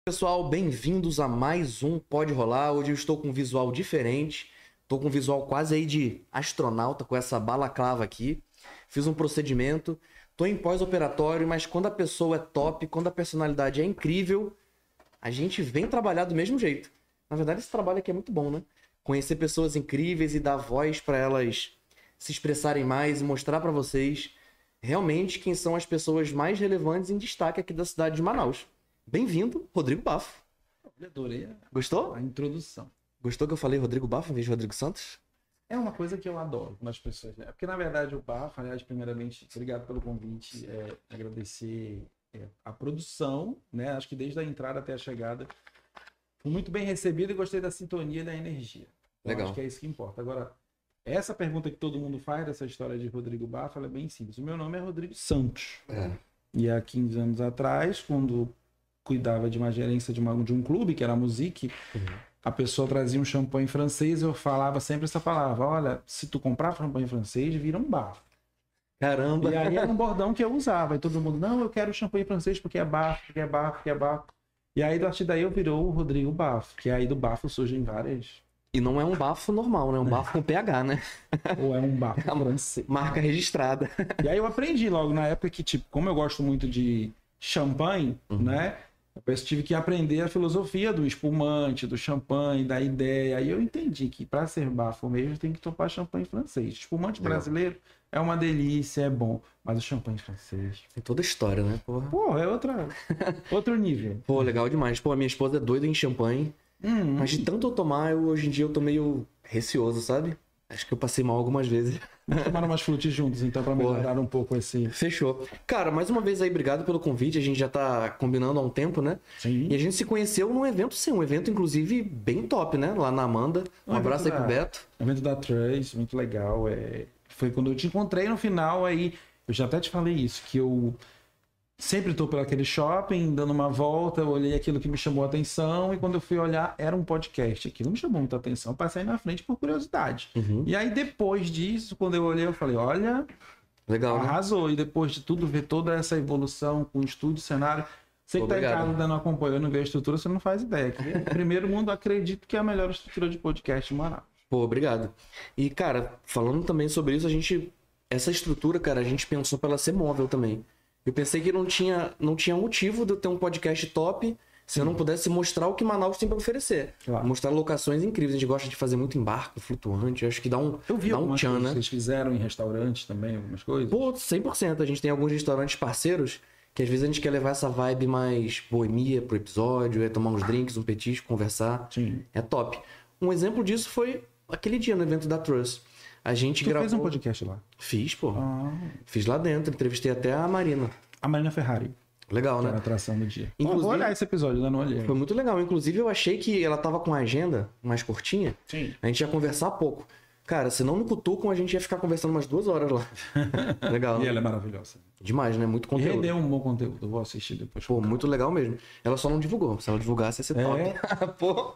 Pessoal, bem-vindos a mais um Pode Rolar. Hoje eu estou com um visual diferente. Estou com um visual quase aí de astronauta, com essa balaclava aqui. Fiz um procedimento. Estou em pós-operatório, mas quando a pessoa é top, quando a personalidade é incrível, a gente vem trabalhar do mesmo jeito. Na verdade, esse trabalho aqui é muito bom, né? Conhecer pessoas incríveis e dar voz para elas se expressarem mais e mostrar para vocês realmente quem são as pessoas mais relevantes em destaque aqui da cidade de Manaus. Bem-vindo, Rodrigo Bafo. Adorei Gostou? a introdução. Gostou que eu falei Rodrigo Bafo em vez de Rodrigo Santos? É uma coisa que eu adoro nas pessoas, né? Porque, na verdade, o Bafo, aliás, primeiramente, obrigado pelo convite, agradecer a produção, né? Acho que desde a entrada até a chegada, fui muito bem recebido e gostei da sintonia e da energia. Então, Legal. acho que é isso que importa. Agora, essa pergunta que todo mundo faz, dessa história de Rodrigo Bafo, ela é bem simples. O meu nome é Rodrigo Santos. E há 15 anos atrás, quando cuidava de uma gerência de um clube, que era a Musique, a pessoa trazia um champanhe francês, eu falava sempre essa palavra: olha, se tu comprar champanhe francês, vira um bafo. Caramba! E aí era um bordão que eu usava, e todo mundo: não, eu quero champanhe francês porque é bafo, porque é bafo, porque é bafo. E aí, a partir daí, eu virou o Rodrigo Bafo, que aí do bafo surgem várias. E não é um bafo normal, né? É um bafo com PH, né? Ou é um bafo francês. Marca registrada. E aí eu aprendi logo na época que, tipo, como eu gosto muito de champanhe, né? Eu tive que aprender a filosofia do espumante, do champanhe, da ideia. Aí eu entendi que para ser bafo mesmo tem que tomar champanhe francês. Espumante brasileiro é uma delícia, é bom. Mas o champanhe francês... Tem toda a história, né? Porra. Pô, é outro nível. Pô, legal demais. Pô, a minha esposa é doida em champanhe. Mas de tanto eu tomar, hoje em dia eu tô meio receoso, sabe? Acho que eu passei mal algumas vezes. Vamos tomar umas flutes juntos, então, pra melhorar um pouco esse... Fechou. Cara, mais uma vez aí, obrigado pelo convite. A gente já tá combinando há um tempo, né? Sim. E a gente se conheceu num evento, sim. Um evento, inclusive, bem top, né? Lá na Amanda. Um abraço aí pro Beto. Evento da Trace, muito legal. Foi quando eu te encontrei no final, aí... Eu já até te falei isso, que eu... Sempre estou por aquele shopping, dando uma volta, eu olhei aquilo que me chamou a atenção e quando eu fui olhar, era um podcast. Aquilo me chamou muita atenção, passei na frente por curiosidade. E aí, depois disso, quando eu olhei, eu falei, olha, legal, arrasou. Né? E depois de tudo, ver toda essa evolução com estúdio, cenário... Você que está em casa ainda não acompanhou, não vê a estrutura, você não faz ideia. Primeiro mundo, acredito que é a melhor estrutura de podcast em Manaus. Pô, obrigado. E, cara, falando também sobre isso, essa estrutura, cara, a gente pensou pra ela ser móvel também. Eu pensei que não tinha motivo de eu ter um podcast top se eu não pudesse mostrar o que Manaus tem para oferecer. Claro. Mostrar locações incríveis. A gente gosta de fazer muito embarque flutuante. Eu acho que dá um tchan, né? Vocês fizeram em restaurantes também, algumas coisas? Pô, 100%. A gente tem alguns restaurantes parceiros que às vezes a gente quer levar essa vibe mais boemia pro episódio, tomar uns drinks, um petisco, conversar. Sim. É top. Um exemplo disso foi aquele dia no evento da Trust. A gente gravou... fez um podcast lá? Fiz, pô. Fiz lá dentro, entrevistei até a Marina. A Marina Ferrari. Legal, né? Era a atração do dia. Inclusive, vou olhar esse episódio, ainda não olhei. Foi muito legal. Inclusive, eu achei que ela tava com a agenda mais curtinha. Sim. A gente ia conversar pouco. Cara, se não me cutucam, a gente ia ficar conversando umas 2 horas lá. Legal, né? E ela é maravilhosa. Demais, né? Muito E conteúdo. rendeu um bom conteúdo. Eu vou assistir depois. Pô, muito legal mesmo. Ela só não divulgou. Se ela divulgasse, ia ser top. Pô.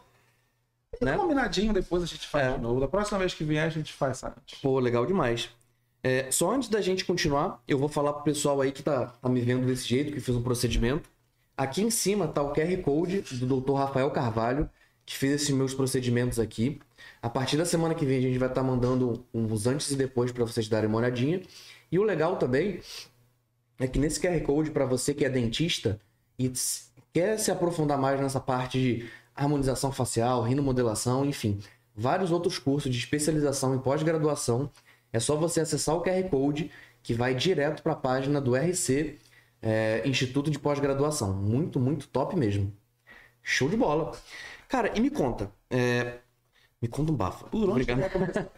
Né? Combinadinho, depois a gente faz de novo. Da próxima vez que vier, a gente faz antes. Pô, legal demais. Só antes da gente continuar, eu vou falar pro pessoal aí que tá me vendo desse jeito, que fez um procedimento. Aqui em cima tá o QR Code do Dr. Rafael Carvalho, que fez esses meus procedimentos aqui. A partir da semana que vem, a gente vai estar mandando uns antes e depois para vocês darem uma olhadinha. E o legal também é que nesse QR Code, para você que é dentista e quer se aprofundar mais nessa parte de harmonização facial, rinomodelação, enfim, vários outros cursos de especialização e pós-graduação, é só você acessar o QR Code que vai direto para a página do RC, Instituto de Pós-Graduação. Muito, muito top mesmo. Show de bola. Cara, e me conta. Me conta um bafo. Por onde vai começar?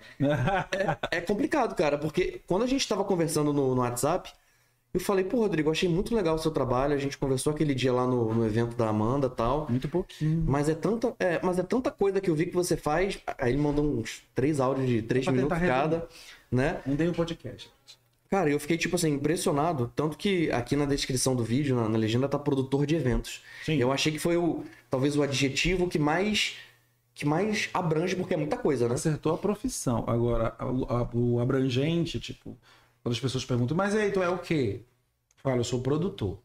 É complicado, cara, porque quando a gente estava conversando no WhatsApp, eu falei, pô, Rodrigo, achei muito legal o seu trabalho. A gente conversou aquele dia lá no evento da Amanda e tal. Muito pouquinho. Mas é tanta coisa que eu vi que você faz. Aí ele mandou uns 3 áudios de 3 minutos cada, né? Não dei um podcast. Cara, eu fiquei, tipo assim, impressionado. Tanto que aqui na descrição do vídeo, na legenda, tá produtor de eventos. Sim. Eu achei que foi talvez o adjetivo que mais abrange, porque é muita coisa, né? Acertou a profissão. Agora, o abrangente, tipo, quando as pessoas perguntam, mas aí, tu é o quê? Fala, eu sou produtor.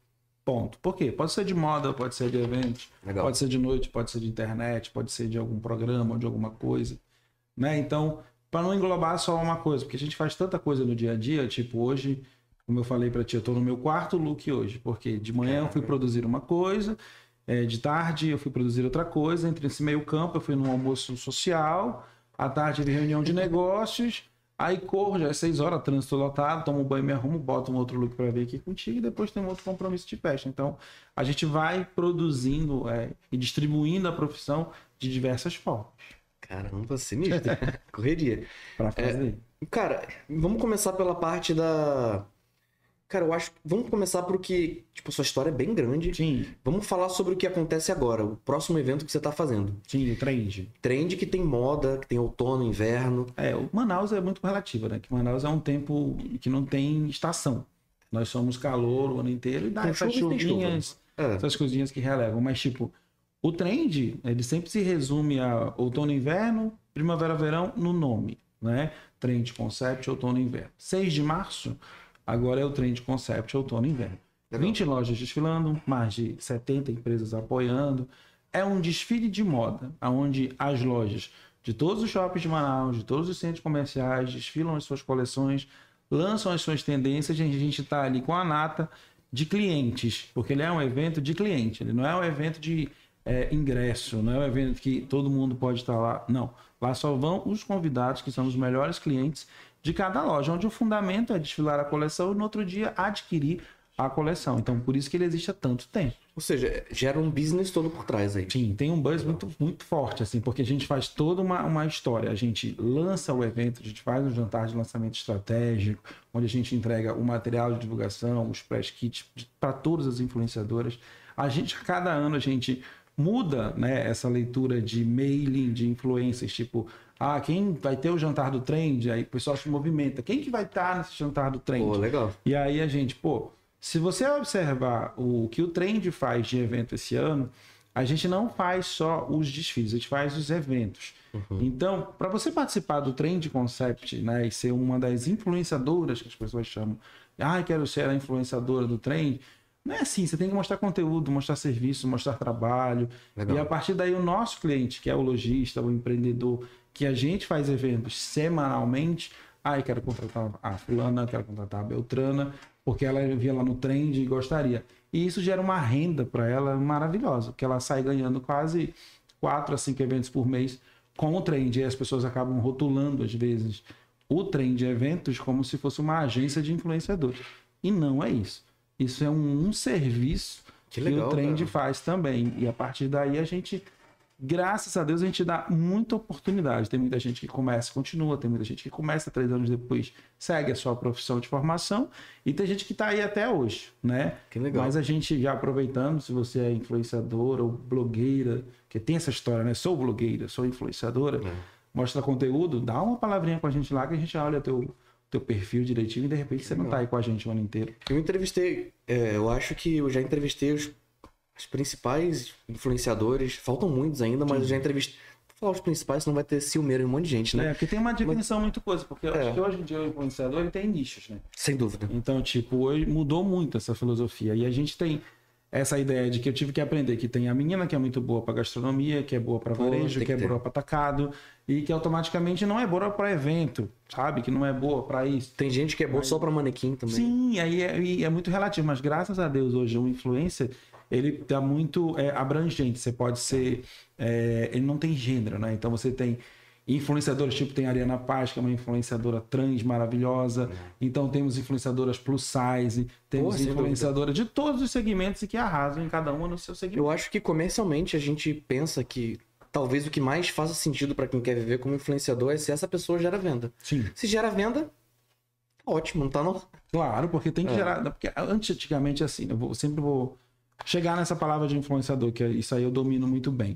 Ponto. Por quê? Pode ser de moda, pode ser de eventos, Legal. pode ser de noite, pode ser de internet, pode ser de algum programa ou de alguma coisa, né? Então, para não englobar só uma coisa, porque a gente faz tanta coisa no dia a dia, tipo hoje, como eu falei para ti, eu tô no meu quarto look hoje, porque de manhã eu fui produzir uma coisa, de tarde eu fui produzir outra coisa, entre esse meio campo eu fui num almoço social, à tarde tive reunião de negócios, aí corro, já é 6 horas, trânsito lotado, tomo um banho, me arrumo, boto um outro look para vir aqui contigo e depois tem um outro compromisso de festa. Então, a gente vai produzindo e distribuindo a profissão de diversas formas. Caramba, sinistro. Correria. Para fazer. Cara, vamos começar pela parte da... Cara, eu acho que vamos começar por que, tipo, sua história é bem grande. Sim. Vamos falar sobre o que acontece agora, o próximo evento que você tá fazendo. Sim, o trend. Trend que tem moda, que tem outono, inverno. O Manaus é muito relativo, né? Que Manaus é um tempo que não tem estação. Nós somos calor o ano inteiro e dá essas chuvinhas, essas coisinhas que relevam. Mas, tipo, o trend, ele sempre se resume a outono, inverno, primavera, verão no nome, né? Trend, concept, outono, inverno. 6 de março... Agora é o Trend Concept outono e inverno. Legal. 20 lojas desfilando, mais de 70 empresas apoiando. É um desfile de moda, onde as lojas de todos os shoppings de Manaus, de todos os centros comerciais, desfilam as suas coleções, lançam as suas tendências e a gente está ali com a nata de clientes, porque ele é um evento de cliente, ele não é um evento de ingresso, não é um evento que todo mundo pode estar lá. Não, lá só vão os convidados, que são os melhores clientes de cada loja, onde o fundamento é desfilar a coleção e no outro dia adquirir a coleção. Então, por isso que ele existe há tanto tempo. Ou seja, gera um business todo por trás aí. Sim, tem um buzz muito, muito forte, assim, porque a gente faz toda uma história. A gente lança o evento, a gente faz um jantar de lançamento estratégico, onde a gente entrega o material de divulgação, os press kits para todas as influenciadoras. Cada ano, a gente muda, né, essa leitura de mailing de influencers, tipo... quem vai ter o jantar do trend? Aí o pessoal se movimenta. Quem que vai estar nesse jantar do trend? Pô, legal. E aí a gente, se você observar o que o trend faz de evento esse ano, a gente não faz só os desfiles, a gente faz os eventos. Uhum. Então, para você participar do Trend Concept, né, e ser uma das influenciadoras que as pessoas chamam, quero ser a influenciadora do trend, não é assim, você tem que mostrar conteúdo, mostrar serviço, mostrar trabalho. Legal. E a partir daí o nosso cliente, que é o lojista, o empreendedor, que a gente faz eventos semanalmente, quero contratar a fulana, quero contratar a Beltrana, porque ela via lá no trend e gostaria. E isso gera uma renda para ela maravilhosa, porque ela sai ganhando quase 4 a 5 eventos por mês com o trend. E as pessoas acabam rotulando, às vezes, o trend eventos como se fosse uma agência de influenciadores. E não é isso. Isso é um serviço que o trend faz também. E a partir daí a gente... Graças a Deus a gente dá muita oportunidade. Tem muita gente que começa e continua, tem muita gente que começa 3 anos depois, segue a sua profissão de formação e tem gente que está aí até hoje, né? Que legal. Mas a gente já aproveitando, se você é influenciadora ou blogueira, que tem essa história, né? Sou blogueira, sou influenciadora, mostra conteúdo, dá uma palavrinha com a gente lá que a gente olha teu perfil direitinho e de repente você não está aí com a gente o ano inteiro. Eu entrevistei, eu acho que eu já entrevistei os principais influenciadores, faltam muitos ainda, mas eu já entrevistei. Vou falar os principais, senão vai ter ciumeiro em um monte de gente, né? Porque tem uma definição muito coisa, porque eu acho que hoje em dia o influenciador ele tem nichos, né? Sem dúvida. Então, tipo, hoje mudou muito essa filosofia. E a gente tem essa ideia de que eu tive que aprender que tem a menina que é muito boa para gastronomia, que é boa para varejo, que é boa para atacado, e que automaticamente não é boa para evento, sabe? Que não é boa para isso. Tem gente que é boa só para manequim também. Sim, aí é muito relativo, mas graças a Deus hoje o influencer ele tá muito abrangente. Você pode ser... ele não tem gênero, né? Então você tem influenciadoras, tipo tem a Ariana Paz, que é uma influenciadora trans maravilhosa. Então temos influenciadoras plus size, temos influenciadoras de todos os segmentos e que arrasam em cada uma no seu segmento. Eu acho que comercialmente a gente pensa que talvez o que mais faça sentido para quem quer viver como influenciador é se essa pessoa gera venda. Sim. Se gera venda, ótimo, não tá não? Claro, porque tem que gerar... Porque antigamente, assim, eu sempre vou chegar nessa palavra de influenciador, que isso aí eu domino muito bem.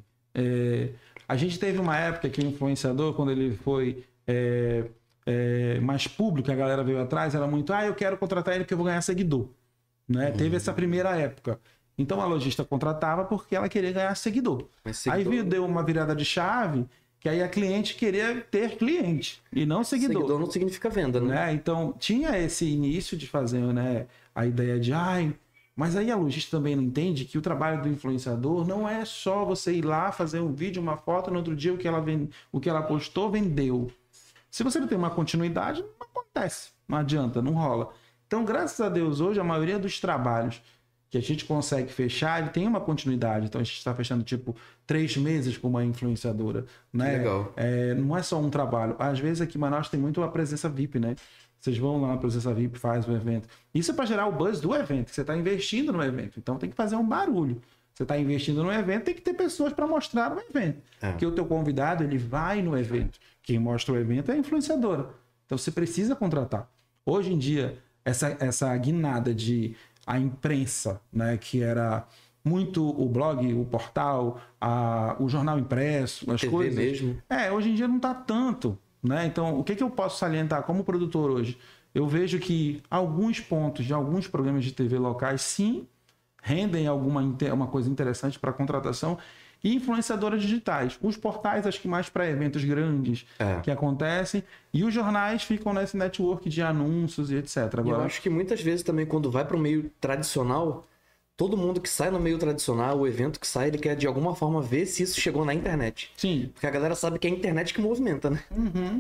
A gente teve uma época que o influenciador, quando ele foi mais público, a galera veio atrás, era muito, eu quero contratar ele porque eu vou ganhar seguidor. Né? Teve essa primeira época. Então a lojista contratava porque ela queria ganhar seguidor. Seguidor... Aí deu uma virada de chave, que aí a cliente queria ter cliente e não seguidor. Seguidor não significa venda, né? Então tinha esse início de fazer, né, a ideia de Mas aí a logística também não entende que o trabalho do influenciador não é só você ir lá, fazer um vídeo, uma foto, no outro dia o que ela postou, vendeu. Se você não tem uma continuidade, não acontece. Não adianta, não rola. Então, graças a Deus, hoje, a maioria dos trabalhos que a gente consegue fechar, ele tem uma continuidade. Então, a gente está fechando, tipo, 3 meses com uma influenciadora, né? Legal. Não é só um trabalho. Às vezes, aqui em Manaus tem muito a presença VIP, né? Vocês vão lá na presença VIP, faz o evento. Isso é para gerar o buzz do evento, que você está investindo no evento. Então, tem que fazer um barulho. Você está investindo no evento, tem que ter pessoas para mostrar no evento. Porque o teu convidado, ele vai no evento. Quem mostra o evento é a influenciadora. Então, você precisa contratar. Hoje em dia, essa guinada de a imprensa, né, que era muito o blog, o portal, o jornal impresso, as TV coisas. mesmo. Hoje em dia não está tanto, né? Então, o que eu posso salientar como produtor hoje? Eu vejo que alguns pontos de alguns programas de TV locais, sim, rendem uma coisa interessante para contratação, e influenciadoras digitais. Os portais, acho que mais para eventos grandes que acontecem, e os jornais ficam nesse network de anúncios e etc. Agora, eu acho que muitas vezes também, quando vai para o meio tradicional, todo mundo que sai no meio tradicional, o evento que sai, ele quer de alguma forma ver se isso chegou na internet. Sim. Porque a galera sabe que é a internet que movimenta, né? Uhum.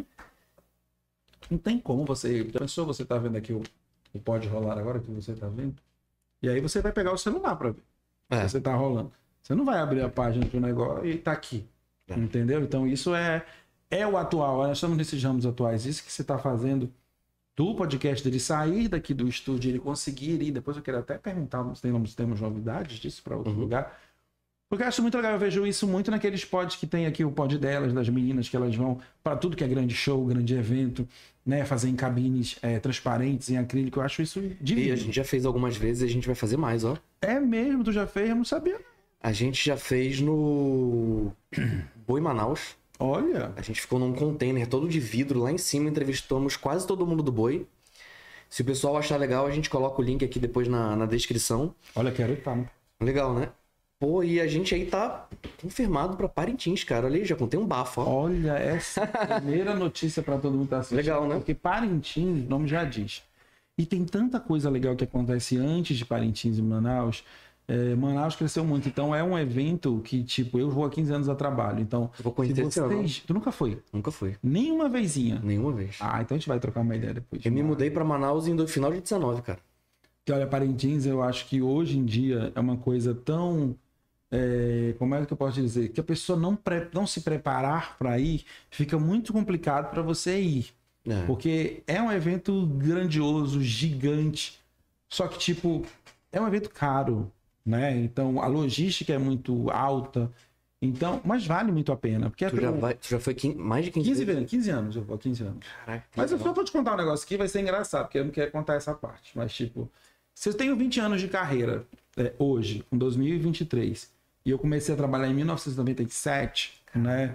Não tem como você... Já pensou, você tá vendo aqui o Pode Rolar agora, que você tá vendo? E aí você vai pegar o celular para ver se você tá rolando. Você não vai abrir a página do negócio e tá aqui. Entendeu? Então isso é o atual. Nós estamos nesses ramos atuais. Isso que você tá fazendo do podcast dele sair daqui do estúdio, ele conseguir ir. Depois eu quero até perguntar se temos novidades disso para outro lugar. Porque eu acho muito legal. Eu vejo isso muito naqueles pods que tem aqui, o pod delas, das meninas, que elas vão para tudo que é grande show, grande evento, né? Fazer em cabines transparentes, em acrílico. Eu acho isso divino. E a gente já fez algumas vezes e a gente vai fazer mais, ó. É mesmo? Tu já fez? Eu não sabia. A gente já fez no Boi Manaus. Olha! A gente ficou num container todo de vidro lá em cima, entrevistamos quase todo mundo do Boi. Se o pessoal achar legal, a gente coloca o link aqui depois na descrição. Olha, quero estar, né? Legal, né? Pô, e a gente aí tá confirmado pra Parintins, cara. Olha aí, já contei um bafo, ó. Olha, essa primeira notícia pra todo mundo que tá assistindo. Legal, né? Porque Parintins, o nome já diz. E tem tanta coisa legal que acontece antes de Parintins e Manaus. Manaus cresceu muito, então é um evento que, tipo, eu vou há 15 anos a trabalho, então... Eu vou conhecer esse ano. Tu nunca foi? Nunca fui. Nenhuma vezinha? Nenhuma vez. Ah, então a gente vai trocar uma ideia depois. Eu me mudei pra Manaus no final de 19, cara. Que olha, Parintins, eu acho que hoje em dia é uma coisa tão... como é que eu posso dizer? Que a pessoa não se preparar para ir, fica muito complicado para você ir. Porque é um evento grandioso, gigante, só que, tipo, é um evento caro, né? Então, a logística é muito alta, então, mas vale muito a pena. Porque Tu já foi mais de 15 vezes? 15 anos, eu vou 15 anos. Caraca, mas eu só vou te contar um negócio aqui, vai ser engraçado, porque eu não quero contar essa parte. Mas, tipo, se eu tenho 20 anos de carreira hoje, em 2023, e eu comecei a trabalhar em 1997, né?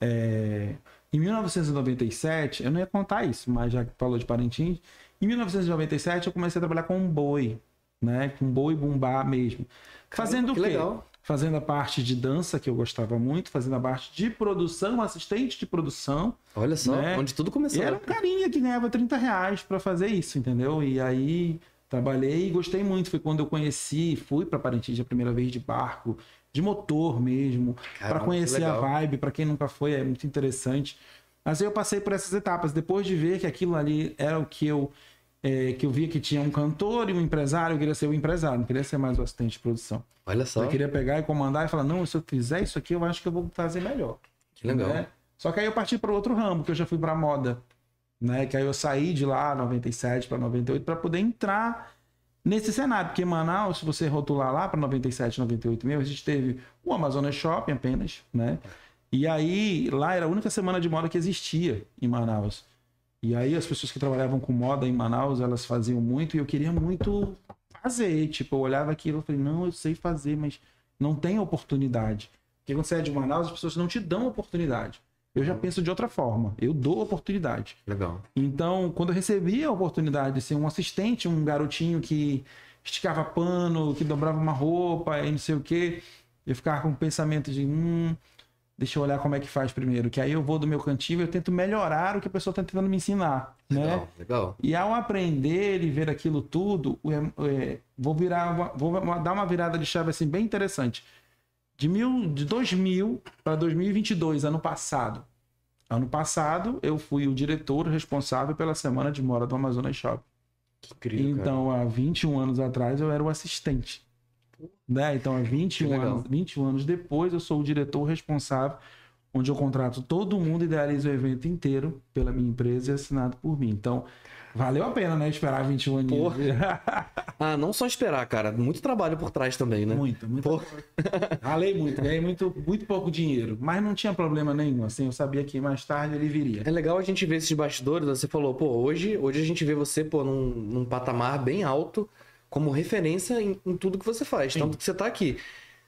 Em 1997, eu não ia contar isso, mas já que falou de Parintins, em 1997 eu comecei a trabalhar com um boi, né? Com boi bumbá mesmo. Fazendo o quê? Legal. Fazendo a parte de dança, que eu gostava muito, fazendo a parte de produção, assistente de produção. Olha só, né? onde tudo começou. E era um carinha que ganhava R$30 para fazer isso, entendeu? E aí trabalhei e gostei muito. Foi quando eu fui para Parintins a primeira vez de barco, de motor mesmo, para conhecer a vibe. Para quem nunca foi, é muito interessante. Mas aí eu passei por essas etapas. Depois de ver que aquilo ali era o que eu via que tinha um cantor e um empresário, eu queria ser o empresário, não queria ser mais o assistente de produção. Olha só. Eu queria pegar e comandar e falar, não, se eu fizer isso aqui, eu acho que eu vou fazer melhor. Que legal. Né? Só que aí eu parti para outro ramo, que eu já fui para moda. Né? Que aí eu saí de lá, 97 para 98, para poder entrar nesse cenário. Porque em Manaus, se você rotular lá para 97, 98 mesmo, a gente teve o Amazonas Shopping apenas, né? E aí, lá era a única semana de moda que existia em Manaus. E aí as pessoas que trabalhavam com moda em Manaus, elas faziam muito e eu queria muito fazer. Tipo, eu olhava aquilo e falei, não, eu sei fazer, mas não tem oportunidade. Porque quando você é de Manaus, as pessoas não te dão oportunidade. Eu já penso de outra forma. Eu dou oportunidade. Legal. Então, quando eu recebi a oportunidade de ser um assistente, um garotinho que esticava pano, que dobrava uma roupa e não sei o quê, eu ficava com o pensamento de, deixa eu olhar como é que faz primeiro, que aí eu vou do meu cantinho e eu tento melhorar o que a pessoa está tentando me ensinar, Legal, né? legal. E ao aprender e ver aquilo tudo, vou dar uma virada de chave assim bem interessante. De 2000 para 2022, ano passado, eu fui o diretor responsável pela Semana de Moda do Amazonas Shopping. Que incrível, então, há 21 anos atrás, eu era o assistente. Né? Então, há 21 anos depois, eu sou o diretor responsável, onde eu contrato todo mundo, idealizo o evento inteiro pela minha empresa e assinado por mim. Então, valeu a pena, né? Esperar 21 anos. Não só esperar, cara. Muito trabalho por trás também, né? Muito. Ralei muito, ganhei muito pouco dinheiro. Mas não tinha problema nenhum, assim. Eu sabia que mais tarde ele viria. É legal a gente ver esses bastidores. Você falou, hoje a gente vê você, num patamar bem alto, como referência em tudo que você faz. Sim. Tanto que você tá aqui.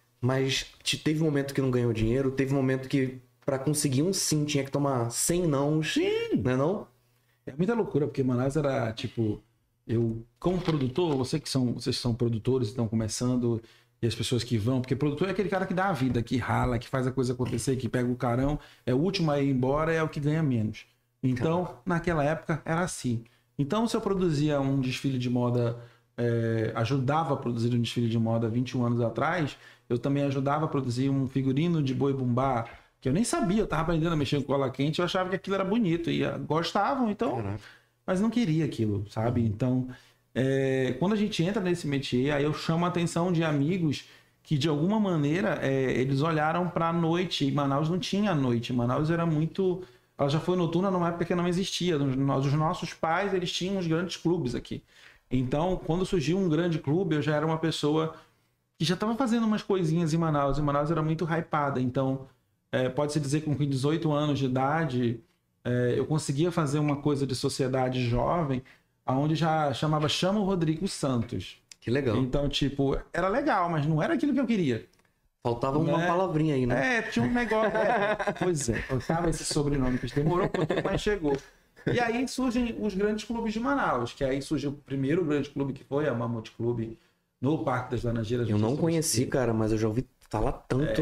Mas teve um momento que não ganhou dinheiro, teve um momento que pra conseguir um sim tinha que tomar 100 nãos. Sim! Não é não? É muita loucura, porque Manaus era, tipo... Eu, como produtor, vocês que são produtores, estão começando, e as pessoas que vão... Porque produtor é aquele cara que dá a vida, que rala, que faz a coisa acontecer, que pega o carão, é o último a ir embora, é o que ganha menos. Então, naquela época, era assim. Então, se eu produzia um desfile de moda... ajudava a produzir um desfile de moda 21 anos atrás, eu também ajudava a produzir um figurino de boi bumbá, que eu nem sabia, eu tava aprendendo a mexer com cola quente, eu achava que aquilo era bonito, e gostavam, então... Caraca. Mas não queria aquilo, sabe? Então, quando a gente entra nesse métier, aí eu chamo a atenção de amigos que, de alguma maneira, eles olharam para a noite, e Manaus não tinha noite, Manaus era muito... Ela já foi noturna numa época que não existia, os nossos pais, eles tinham os grandes clubes aqui. Então, quando surgiu um grande clube, eu já era uma pessoa que já estava fazendo umas coisinhas em Manaus, e Manaus era muito hypada. Então, pode-se dizer que com 18 anos de idade, eu conseguia fazer uma coisa de sociedade jovem, onde já chama o Rodrigo Santos. Que legal. Então, tipo, era legal, mas não era aquilo que eu queria. Faltava uma palavrinha aí, né? Tinha um negócio. Pois é, faltava esse sobrenome que demorou um pouquinho, mas chegou. E aí surgem os grandes clubes de Manaus, que aí surgiu o primeiro grande clube, que foi a Mamute Clube, no Parque das Laranjeiras. Eu não conheci, cara, mas eu já ouvi falar tanto.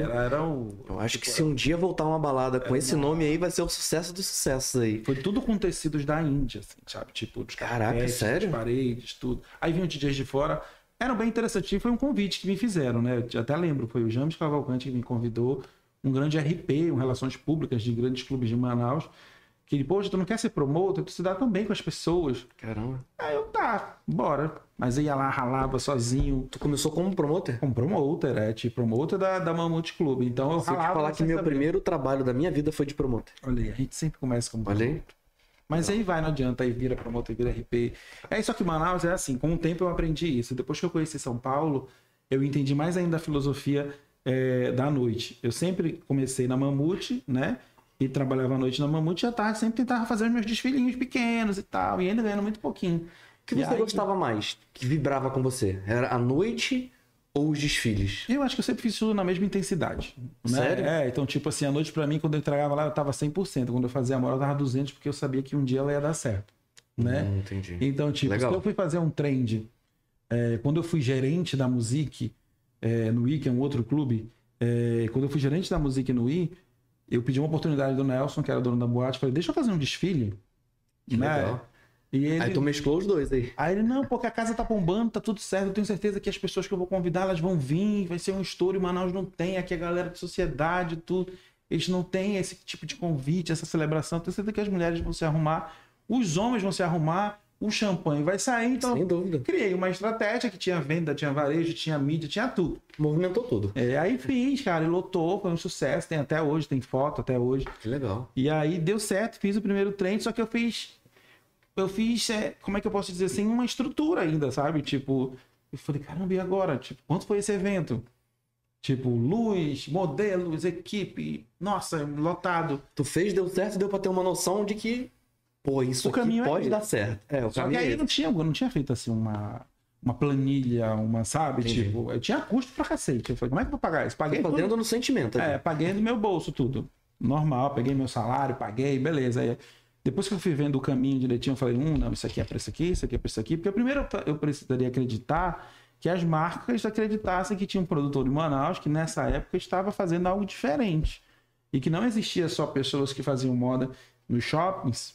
Eu acho que se um dia voltar uma balada com esse nome aí, vai ser o sucesso dos sucessos aí. Foi tudo com tecidos da Índia, assim, sabe? Tipo, dos caracas, sério? Das paredes, tudo. Aí vinham DJs de fora. Era bem interessante. Foi um convite que me fizeram, né? Eu até lembro, foi o James Cavalcante que me convidou, um grande RP, Relações Públicas de grandes clubes de Manaus. Que ele, poxa, tu não quer ser promotor? Tu se dá também com as pessoas. Caramba. Aí eu, bora. Mas eu ia lá, ralava sozinho. Tu começou como promoter? Como promoter, promoter da Mamute Clube. Então eu ralava. Se eu te falar que meu primeiro trabalho da minha vida foi de promoter. Olha aí, a gente sempre começa como promoter. Olha aí. Mas aí vai, não adianta, aí vira promotor, vira RP. Só que Manaus é assim, com o tempo eu aprendi isso. Depois que eu conheci São Paulo, eu entendi mais ainda a filosofia da noite. Eu sempre comecei na Mamute, né? E trabalhava à noite na Mamute, e à tarde sempre tentava fazer os meus desfilinhos pequenos e tal, e ainda ganhando muito pouquinho. O que você gostava mais? Que vibrava com você? Era a noite ou os desfiles? Eu acho que eu sempre fiz tudo na mesma intensidade. Né? Sério? Então, tipo assim, a noite pra mim, quando eu entregava lá, eu tava 100%. Quando eu fazia a moda, eu tava 200%, porque eu sabia que um dia ela ia dar certo. Né? Entendi. Então, tipo, se eu fui fazer um trend, quando eu fui gerente da Music, no I, que é um outro clube, quando eu fui gerente da Music no I, eu pedi uma oportunidade do Nelson, que era dono da boate, falei, deixa eu fazer um desfile. Que legal. E ele... Aí tu mesclou os dois aí. Aí ele, não, porque a casa tá bombando, tá tudo certo, eu tenho certeza que as pessoas que eu vou convidar, elas vão vir, vai ser um estouro, Manaus não tem, aqui a galera de sociedade, tudo, eles não têm esse tipo de convite, essa celebração, tenho certeza que as mulheres vão se arrumar, os homens vão se arrumar, o champanhe vai sair, então sem dúvida. Criei uma estratégia que tinha venda, tinha varejo, tinha mídia, tinha tudo. Movimentou tudo. Aí fiz, cara, e lotou, foi um sucesso, tem até hoje, tem foto até hoje. Que legal. E aí deu certo, fiz o primeiro trem, só que eu fiz, como é que eu posso dizer assim, uma estrutura ainda, sabe? Tipo, eu falei, caramba, e agora? Tipo, quanto foi esse evento? Tipo, luz, modelos, equipe, nossa, lotado. Tu fez, deu certo, deu pra ter uma noção de que isso aqui pode dar certo. Só que aí eu não tinha feito assim uma planilha, sabe? Entendi. Tipo, eu tinha custo pra cacete. Eu falei, como é que eu vou pagar isso? Paguei fazendo no sentimento. Paguei do meu bolso tudo. Normal, peguei meu salário, paguei, beleza. Aí, depois que eu fui vendo o caminho direitinho, eu falei, não, isso aqui é pra isso aqui, isso aqui é pra isso aqui. Porque primeiro eu precisaria acreditar que as marcas acreditassem que tinha um produtor em Manaus que nessa época estava fazendo algo diferente. e que não existia só pessoas que faziam moda nos shoppings,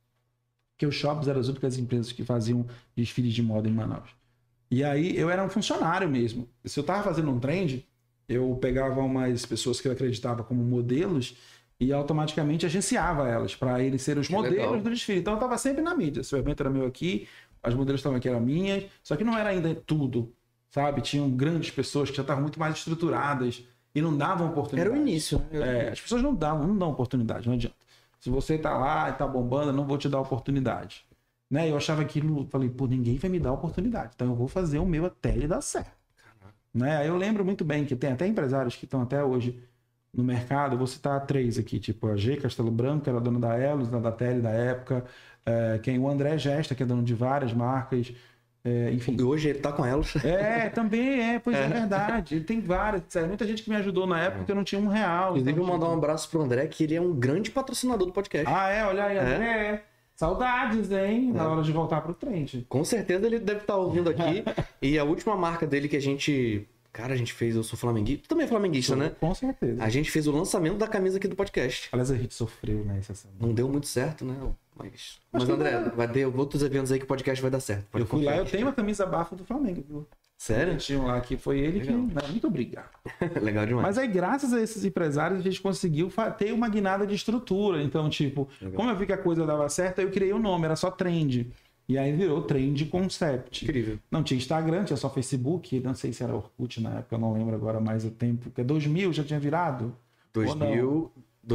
que os shoppings eram as únicas empresas que faziam desfiles de moda em Manaus. E aí eu era um funcionário mesmo. Se eu tava fazendo um trend, eu pegava umas pessoas que eu acreditava como modelos e automaticamente agenciava elas para eles serem os modelos do desfile. Então eu tava sempre na mídia. Esse evento era meu aqui, as modelos estavam aqui, eram minhas, só que não era ainda tudo, sabe? Tinham grandes pessoas que já estavam muito mais estruturadas e não davam oportunidade. Era o início. As pessoas não dão oportunidade, não adianta. Se você tá lá e tá bombando, eu não vou te dar oportunidade. Né? Eu achava aquilo, falei, pô, ninguém vai me dar oportunidade, então eu vou fazer o meu até ele dar certo. Né? Aí eu lembro muito bem que tem até empresários que estão até hoje no mercado, eu vou citar 3 aqui, tipo a G Castelo Branco, que era dona da Elos, da Tele da época, o André Gesta, que é dono de várias marcas, enfim. E hoje ele tá com elas. Também pois é verdade. Ele tem várias. Muita gente que me ajudou na época que eu não tinha R$1. Inclusive, eu mandar um abraço pro André, que ele é um grande patrocinador do podcast. Olha aí, André. Saudades, hein? Na hora de voltar pro trend. Com certeza ele deve estar ouvindo aqui. E a última marca dele que a gente fez, eu sou flamenguista. Tu também é flamenguista, né? Com certeza. A gente fez o lançamento da camisa aqui do podcast. Aliás, a gente sofreu, né? Não deu muito certo, né? Mas André, vai ter outros eventos aí que o podcast vai dar certo. Eu fui lá, eu tenho uma camisa bafo do Flamengo, viu? Sério? Tinha lá que foi ele que... Muito obrigado. Legal demais. Mas aí, graças a esses empresários, a gente conseguiu ter uma guinada de estrutura. Então, tipo, como eu vi que a coisa dava certo, eu criei o nome, era só Trend. E aí virou Trend Concept. Incrível. Não tinha Instagram, tinha só Facebook. Não sei se era Orkut na época, eu não lembro agora mais o tempo. Porque 2000 já tinha virado? 2000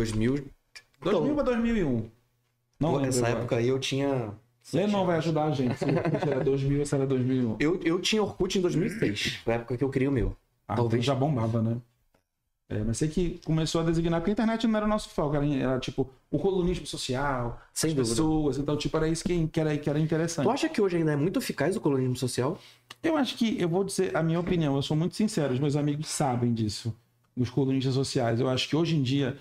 para 2001. Não lembro nessa agora. época aí eu tinha... Ele não vai ajudar a gente se era 2000 ou se era 2001. Eu tinha Orkut em 2006, foi a época que eu criei o meu. Talvez já bombava, né? Mas sei que começou a designar, porque a internet não era o nosso foco, era tipo o colunismo social, as pessoas, então tipo era isso que era interessante. Tu acha que hoje ainda é muito eficaz o colunismo social? Eu acho que, eu vou dizer a minha opinião, eu sou muito sincero, os meus amigos sabem disso, os colunistas sociais. Eu acho que hoje em dia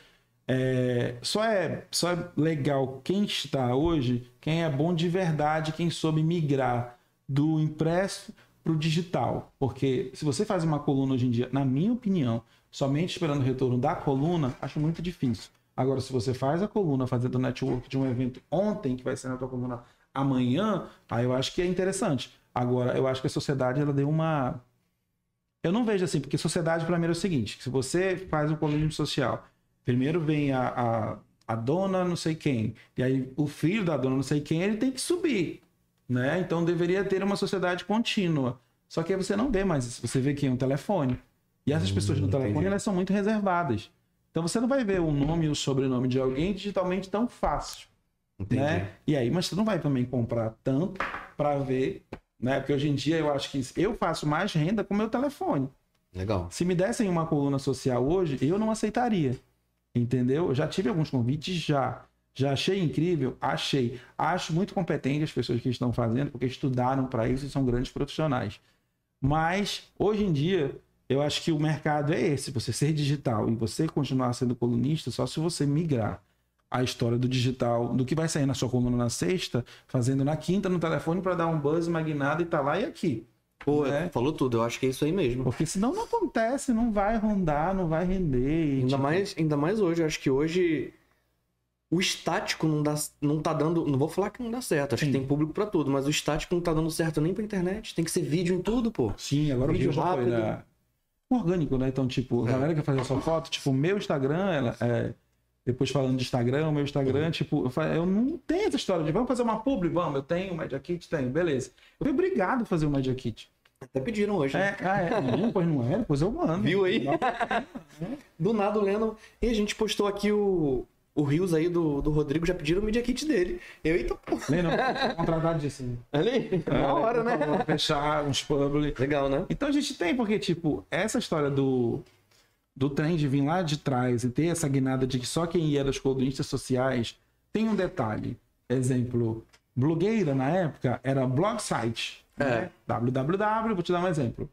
só é legal quem está hoje, quem é bom de verdade, quem soube migrar do impresso para o digital. Porque se você faz uma coluna hoje em dia, na minha opinião, somente esperando o retorno da coluna, acho muito difícil. Agora, se você faz a coluna fazendo network de um evento ontem, que vai ser na tua coluna amanhã, aí eu acho que é interessante. Agora, eu acho que a sociedade, ela deu uma... Eu não vejo assim, porque sociedade para mim é o seguinte, se você faz um colunismo social, primeiro vem a dona não sei quem, e aí o filho da dona não sei quem, ele tem que subir, né? Então deveria ter uma sociedade contínua. Só que aí você não vê mais isso, você vê que é um telefone. E essas pessoas no telefone, elas são muito reservadas. Então você não vai ver o nome e o sobrenome de alguém digitalmente tão fácil. Entendi. Né? E aí, mas você não vai também comprar tanto para ver, né? Porque hoje em dia eu acho que eu faço mais renda com o meu telefone. Legal. Se me dessem uma coluna social hoje, eu não aceitaria. Entendeu? Eu já tive alguns convites, já achei incrível, acho muito competente as pessoas que estão fazendo, porque estudaram para isso e são grandes profissionais. Mas hoje em dia eu acho que o mercado é esse, você ser digital e você continuar sendo colunista só se você migrar a história do digital, do que vai sair na sua coluna na sexta, fazendo na quinta no telefone para dar um buzz, uma guinada e tá lá e aqui. Pô, falou tudo, eu acho que é isso aí mesmo. Porque senão não acontece, não vai rondar, não vai render. Ainda mais hoje, eu acho que hoje o estático não tá dando, não vou falar que não dá certo, acho que tem público pra tudo, mas o estático não tá dando certo nem pra internet, tem que ser vídeo em tudo, pô. Sim, agora vídeo o vídeo rápido. já foi orgânico, né? Então, tipo, a galera que fazia sua foto, tipo, o meu Instagram, depois falando de Instagram, o meu Instagram, tipo, eu não tenho essa história de vamos fazer uma publi, vamos, eu tenho o Media Kit, tenho, beleza. Eu fui obrigado a fazer o Media Kit. Até pediram hoje. Não, pois não é, depois eu mando. Viu aí? Do nada o Leno. E a gente postou aqui o Rios aí do Rodrigo, já pediram o Media Kit dele. Eita, pô. Leno, contratado disso. Olha aí, na hora, né? Fechar uns publi. Legal, né? Então a gente tem, porque, tipo, essa história do trend vir lá de trás e ter essa guinada de que só quem ia era os colunistas sociais, tem um detalhe. Exemplo, blogueira na época era blog site. Né? www, vou te dar um exemplo.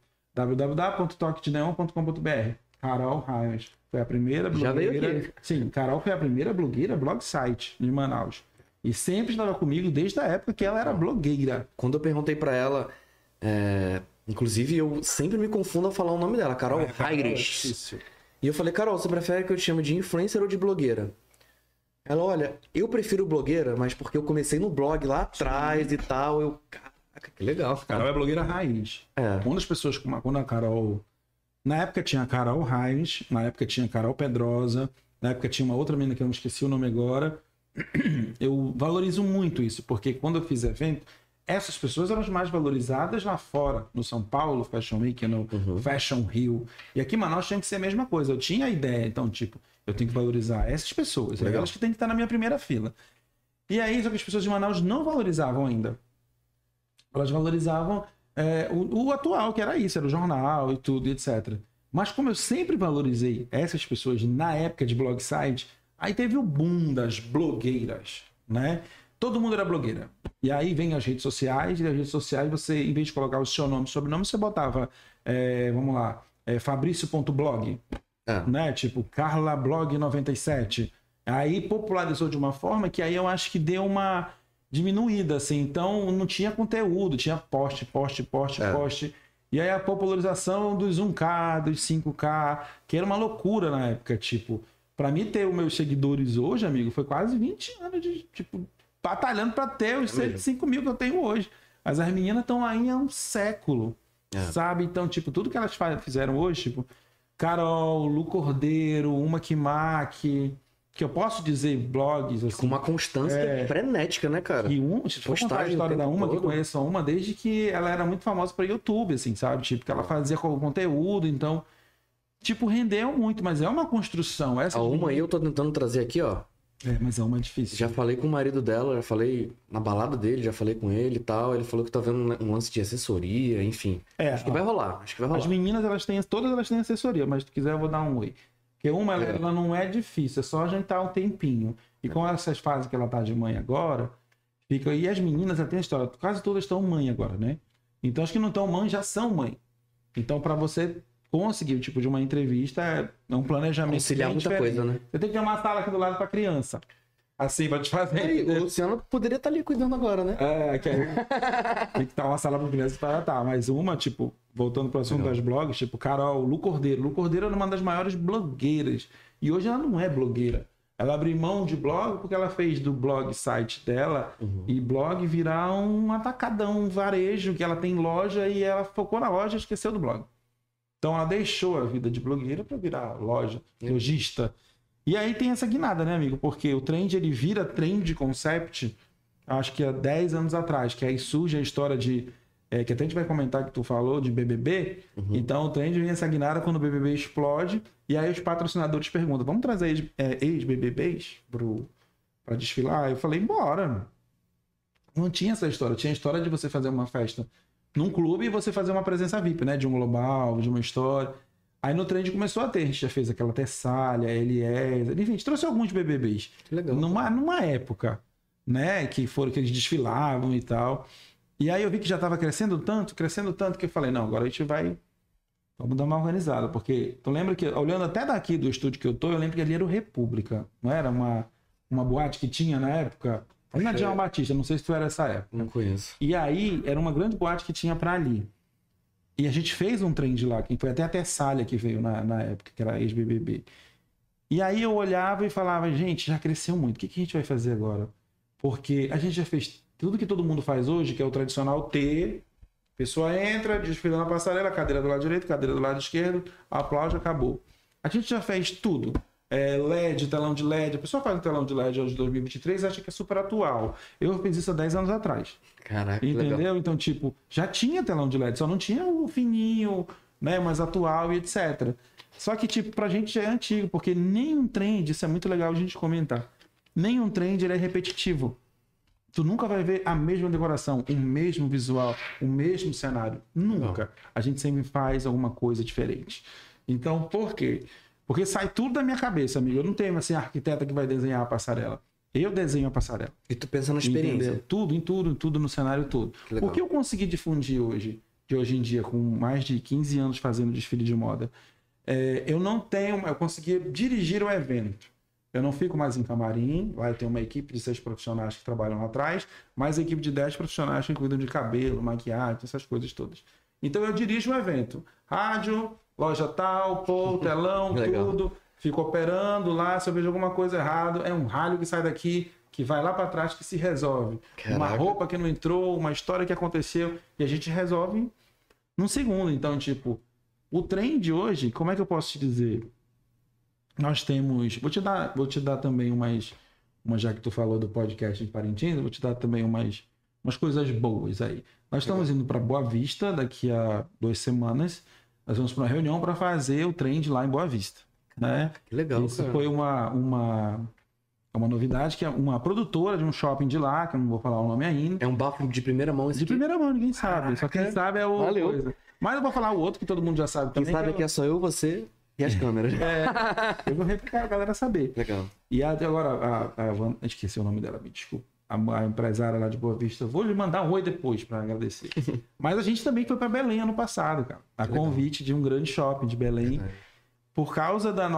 www.toquedeneon.com.br. Carol Raios foi a primeira blogueira. Já veio aqui. Sim, Carol foi a primeira blogueira blog site de Manaus. E sempre estava comigo desde a época que ela era blogueira. Quando eu perguntei pra ela, inclusive eu sempre me confundo ao falar o nome dela, Carol Raires. E eu falei, Carol, você prefere que eu te chame de influencer ou de blogueira? Ela, olha, eu prefiro blogueira, mas porque eu comecei no blog lá atrás e tal, eu... Caraca, que legal. Carol é blogueira raiz. Quando as pessoas... Quando a Carol... Na época tinha a Carol Raiz, na época tinha a Carol Pedrosa, na época tinha uma outra menina que eu não esqueci o nome agora. Eu valorizo muito isso, porque quando eu fiz evento, essas pessoas eram as mais valorizadas lá fora, no São Paulo Fashion Week, no Fashion Rio. E aqui em Manaus tinha que ser a mesma coisa. Eu tinha a ideia, então, tipo, eu tenho que valorizar essas pessoas. Legal. Elas que têm que estar na minha primeira fila. E aí, só que as pessoas de Manaus não valorizavam ainda. Elas valorizavam o atual, que era isso, era o jornal e tudo, etc. Mas como eu sempre valorizei essas pessoas na época de blog site, aí teve o boom das blogueiras, né? Todo mundo era blogueira. E aí vem as redes sociais, e nas redes sociais você, em vez de colocar o seu nome e sobrenome, você botava, vamos lá, fabrício.blog, né? Tipo, carlablog97. Aí popularizou de uma forma que aí eu acho que deu uma diminuída, assim. Então não tinha conteúdo, tinha post. E aí a popularização dos 1K, dos 5K, que era uma loucura na época, tipo... Pra mim ter os meus seguidores hoje, amigo, foi quase 20 anos de, tipo, batalhando pra ter os 105 mil que eu tenho hoje. Mas as meninas estão aí há um século, sabe? Então, tipo, tudo que elas fizeram hoje, tipo, Carol, Lu Cordeiro, Uma que eu posso dizer blogs, assim. Com uma constância frenética, né, cara? E se for contar a história da Uma, que conheço a Uma desde que ela era muito famosa pra YouTube, assim, sabe? Tipo, que ela fazia conteúdo, então... Tipo, rendeu muito, mas é uma construção. A Uma aí eu tô tentando trazer aqui, ó. Mas a Uma é difícil. Já falei com o marido dela, já falei na balada dele, já falei com ele e tal. Ele falou que tá vendo um lance de assessoria, enfim. Acho que vai rolar, As meninas, todas elas têm assessoria, mas se tu quiser eu vou dar um oi. Porque Uma, ela não é difícil, é só a gente tá um tempinho. E com essas fases que ela tá de mãe agora, fica... E as meninas, já tem a história, quase todas estão mãe agora, né? Então as que não estão mãe já são mãe. Então pra você... conseguir, tipo, de uma entrevista, é um planejamento conciliar muita coisa, né? Você tem que ter uma sala aqui do lado pra criança. Assim, pra te fazer. Aí, o Luciano poderia estar ali cuidando agora, né? Tem que estar uma sala pra criança para tá. Mas uma, tipo, voltando pro assunto das blogs, tipo, Carol, Lu Cordeiro. Lu Cordeiro era uma das maiores blogueiras. E hoje ela não é blogueira. Ela abriu mão de blog porque ela fez do blog site dela e blog virar um atacadão, um varejo, que ela tem loja e ela focou na loja e esqueceu do blog. Então ela deixou a vida de blogueira para virar loja, lojista. E aí tem essa guinada, né, amigo? Porque o trend, ele vira trend concept, acho que há 10 anos atrás, que aí surge a história de... que até a gente vai comentar que tu falou, de BBB. Então o trend vem essa guinada quando o BBB explode. E aí os patrocinadores perguntam, vamos trazer ex-BBBs para desfilar? Eu falei, bora. Não tinha essa história. Tinha a história de você fazer uma festa num clube e você fazer uma presença VIP, né? De um global, de uma história. Aí no trend começou a ter. A gente já fez aquela Tessália, Eliezer. Enfim, a gente trouxe alguns BBBs. Que legal. Numa época, né? Que eles desfilavam e tal. E aí eu vi que já estava crescendo tanto, que eu falei, não, agora a gente vamos dar uma organizada. Porque tu lembra que, olhando até daqui do estúdio que eu tô, eu lembro que ali era o República. Não era uma boate que tinha na época? Na Djalma Batista, não sei se tu era essa época. Não conheço. E aí, era uma grande boate que tinha pra ali. E a gente fez um trend lá, que foi até a Tessália que veio na época, que era ex-BBB. E aí eu olhava e falava, gente, já cresceu muito, o que a gente vai fazer agora? Porque a gente já fez tudo que todo mundo faz hoje, que é o tradicional T, a pessoa entra, desfila na passarela, cadeira do lado direito, cadeira do lado esquerdo, aplaude, acabou. A gente já fez tudo. LED, telão de LED. A pessoa faz um telão de LED hoje de 2023 e acha que é super atual. Eu fiz isso há 10 anos atrás. Caraca, entendeu? legal. Então, tipo, já tinha telão de LED, só não tinha o fininho, né, mais atual e etc. Só que, tipo, pra gente já é antigo, porque nenhum trend, isso é muito legal a gente comentar, nenhum trend ele é repetitivo. Tu nunca vai ver a mesma decoração, o mesmo visual, o mesmo cenário. Nunca. A gente sempre faz alguma coisa diferente. Então, por quê? Porque sai tudo da minha cabeça, amigo. Eu não tenho, assim, arquiteta que vai desenhar a passarela. Eu desenho a passarela. E tu pensa na experiência. Entendeu? Tudo no cenário todo. O que eu consegui difundir hoje em dia, com mais de 15 anos fazendo desfile de moda, eu consegui dirigir o evento. Eu não fico mais em camarim, lá eu tenho uma equipe de 6 profissionais que trabalham lá atrás, mais a equipe de 10 profissionais que cuidam de cabelo, maquiagem, essas coisas todas. Então eu dirijo o evento. Rádio, loja tal, pô, telão, tudo. Fico operando lá, se eu vejo alguma coisa errada, é um ralho que sai daqui, que vai lá para trás, que se resolve. Caraca. Uma roupa que não entrou, uma história que aconteceu, e a gente resolve num segundo. Então, tipo, o trend hoje, como é que eu posso te dizer? Nós temos... Vou te dar também umas... Já que tu falou do podcast de Parintins, vou te dar também umas coisas boas aí. Nós estamos indo para Boa Vista daqui a 2 semanas. Nós vamos para uma reunião para fazer o trend lá em Boa Vista. Né? Que legal, isso foi uma novidade, que é uma produtora de um shopping de lá, que eu não vou falar o nome ainda. É um bafo de primeira mão esse De primeira mão, ninguém sabe. Só quem sabe é o Valeu. coisa. Mas eu vou falar o outro que todo mundo já sabe também. Quem sabe que é só eu, você e as câmeras. Eu vou replicar a galera saber. Legal. E até agora, esqueci o nome dela, me desculpa. A empresária lá de Boa Vista. Vou lhe mandar um oi depois para agradecer. Mas a gente também foi para Belém ano passado, cara. A convite de um grande shopping de Belém. Por causa da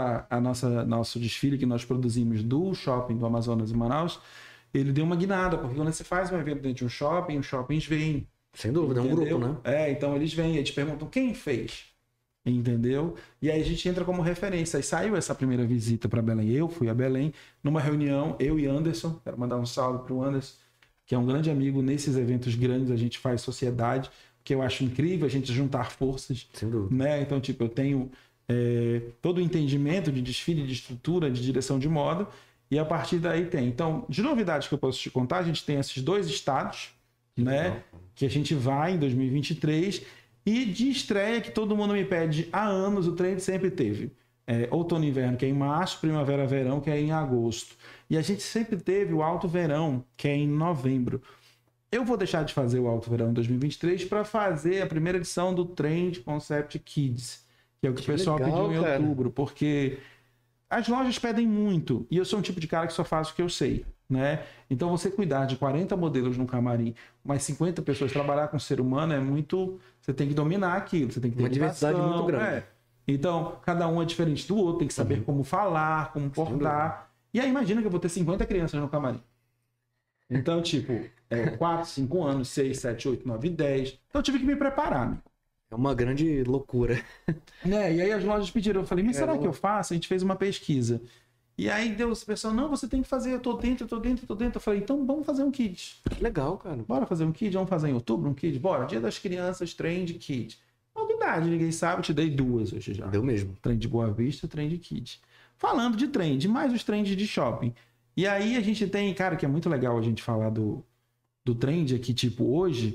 nosso desfile que nós produzimos do shopping do Amazonas e Manaus, ele deu uma guinada, porque quando você faz um evento dentro de um shopping, os shoppings vêm. Sem dúvida, entendeu? É um grupo, né? Então eles vêm, eles perguntam quem fez, entendeu? E aí a gente entra como referência. Aí saiu essa primeira visita para Belém. Eu fui a Belém numa reunião, eu e Anderson, quero mandar um salve para o Anderson, que é um grande amigo. Nesses eventos grandes a gente faz sociedade, que eu acho incrível a gente juntar forças. Sem dúvida. Né? Então, tipo, eu tenho todo o entendimento de desfile, de estrutura, de direção de moda, e a partir daí tem. Então, de novidades que eu posso te contar, a gente tem esses 2 estados, né? Que a gente vai em 2023, e de estreia que todo mundo me pede há anos, o trend sempre teve. Outono e inverno, que é em março, primavera, verão, que é em agosto. E a gente sempre teve o alto verão, que é em novembro. Eu vou deixar de fazer o alto verão em 2023 para fazer a primeira edição do Trend Concept Kids, que é o que o pessoal pediu em outubro, porque as lojas pedem muito, e eu sou um tipo de cara que só faço o que eu sei, né? Então você cuidar de 40 modelos no camarim, mais 50 pessoas, trabalhar com o ser humano é muito... Você tem que dominar aquilo, você tem que ter uma diversidade muito grande. Então, cada um é diferente do outro, tem que saber como falar, como portar. E aí imagina que eu vou ter 50 crianças no camarim. Então, tipo, 4, 5 anos, 6, 7, 8, 9, 10. Então eu tive que me preparar, amigo. É uma grande loucura. E aí as lojas pediram, eu falei, mas será que eu faço? A gente fez uma pesquisa. E aí deu esse pessoal, não, você tem que fazer, eu tô dentro. Eu falei, então vamos fazer um kit. Legal, cara. Bora fazer um kit, vamos fazer em outubro um kit? Bora, Dia das Crianças, Trend Kit. Novidade, ninguém sabe, eu te dei 2 hoje já. Deu mesmo. Trend Boa Vista, Trend Kit. Falando de trend, mais os trends de shopping. E aí a gente tem, cara, que é muito legal a gente falar do trend aqui, tipo, hoje...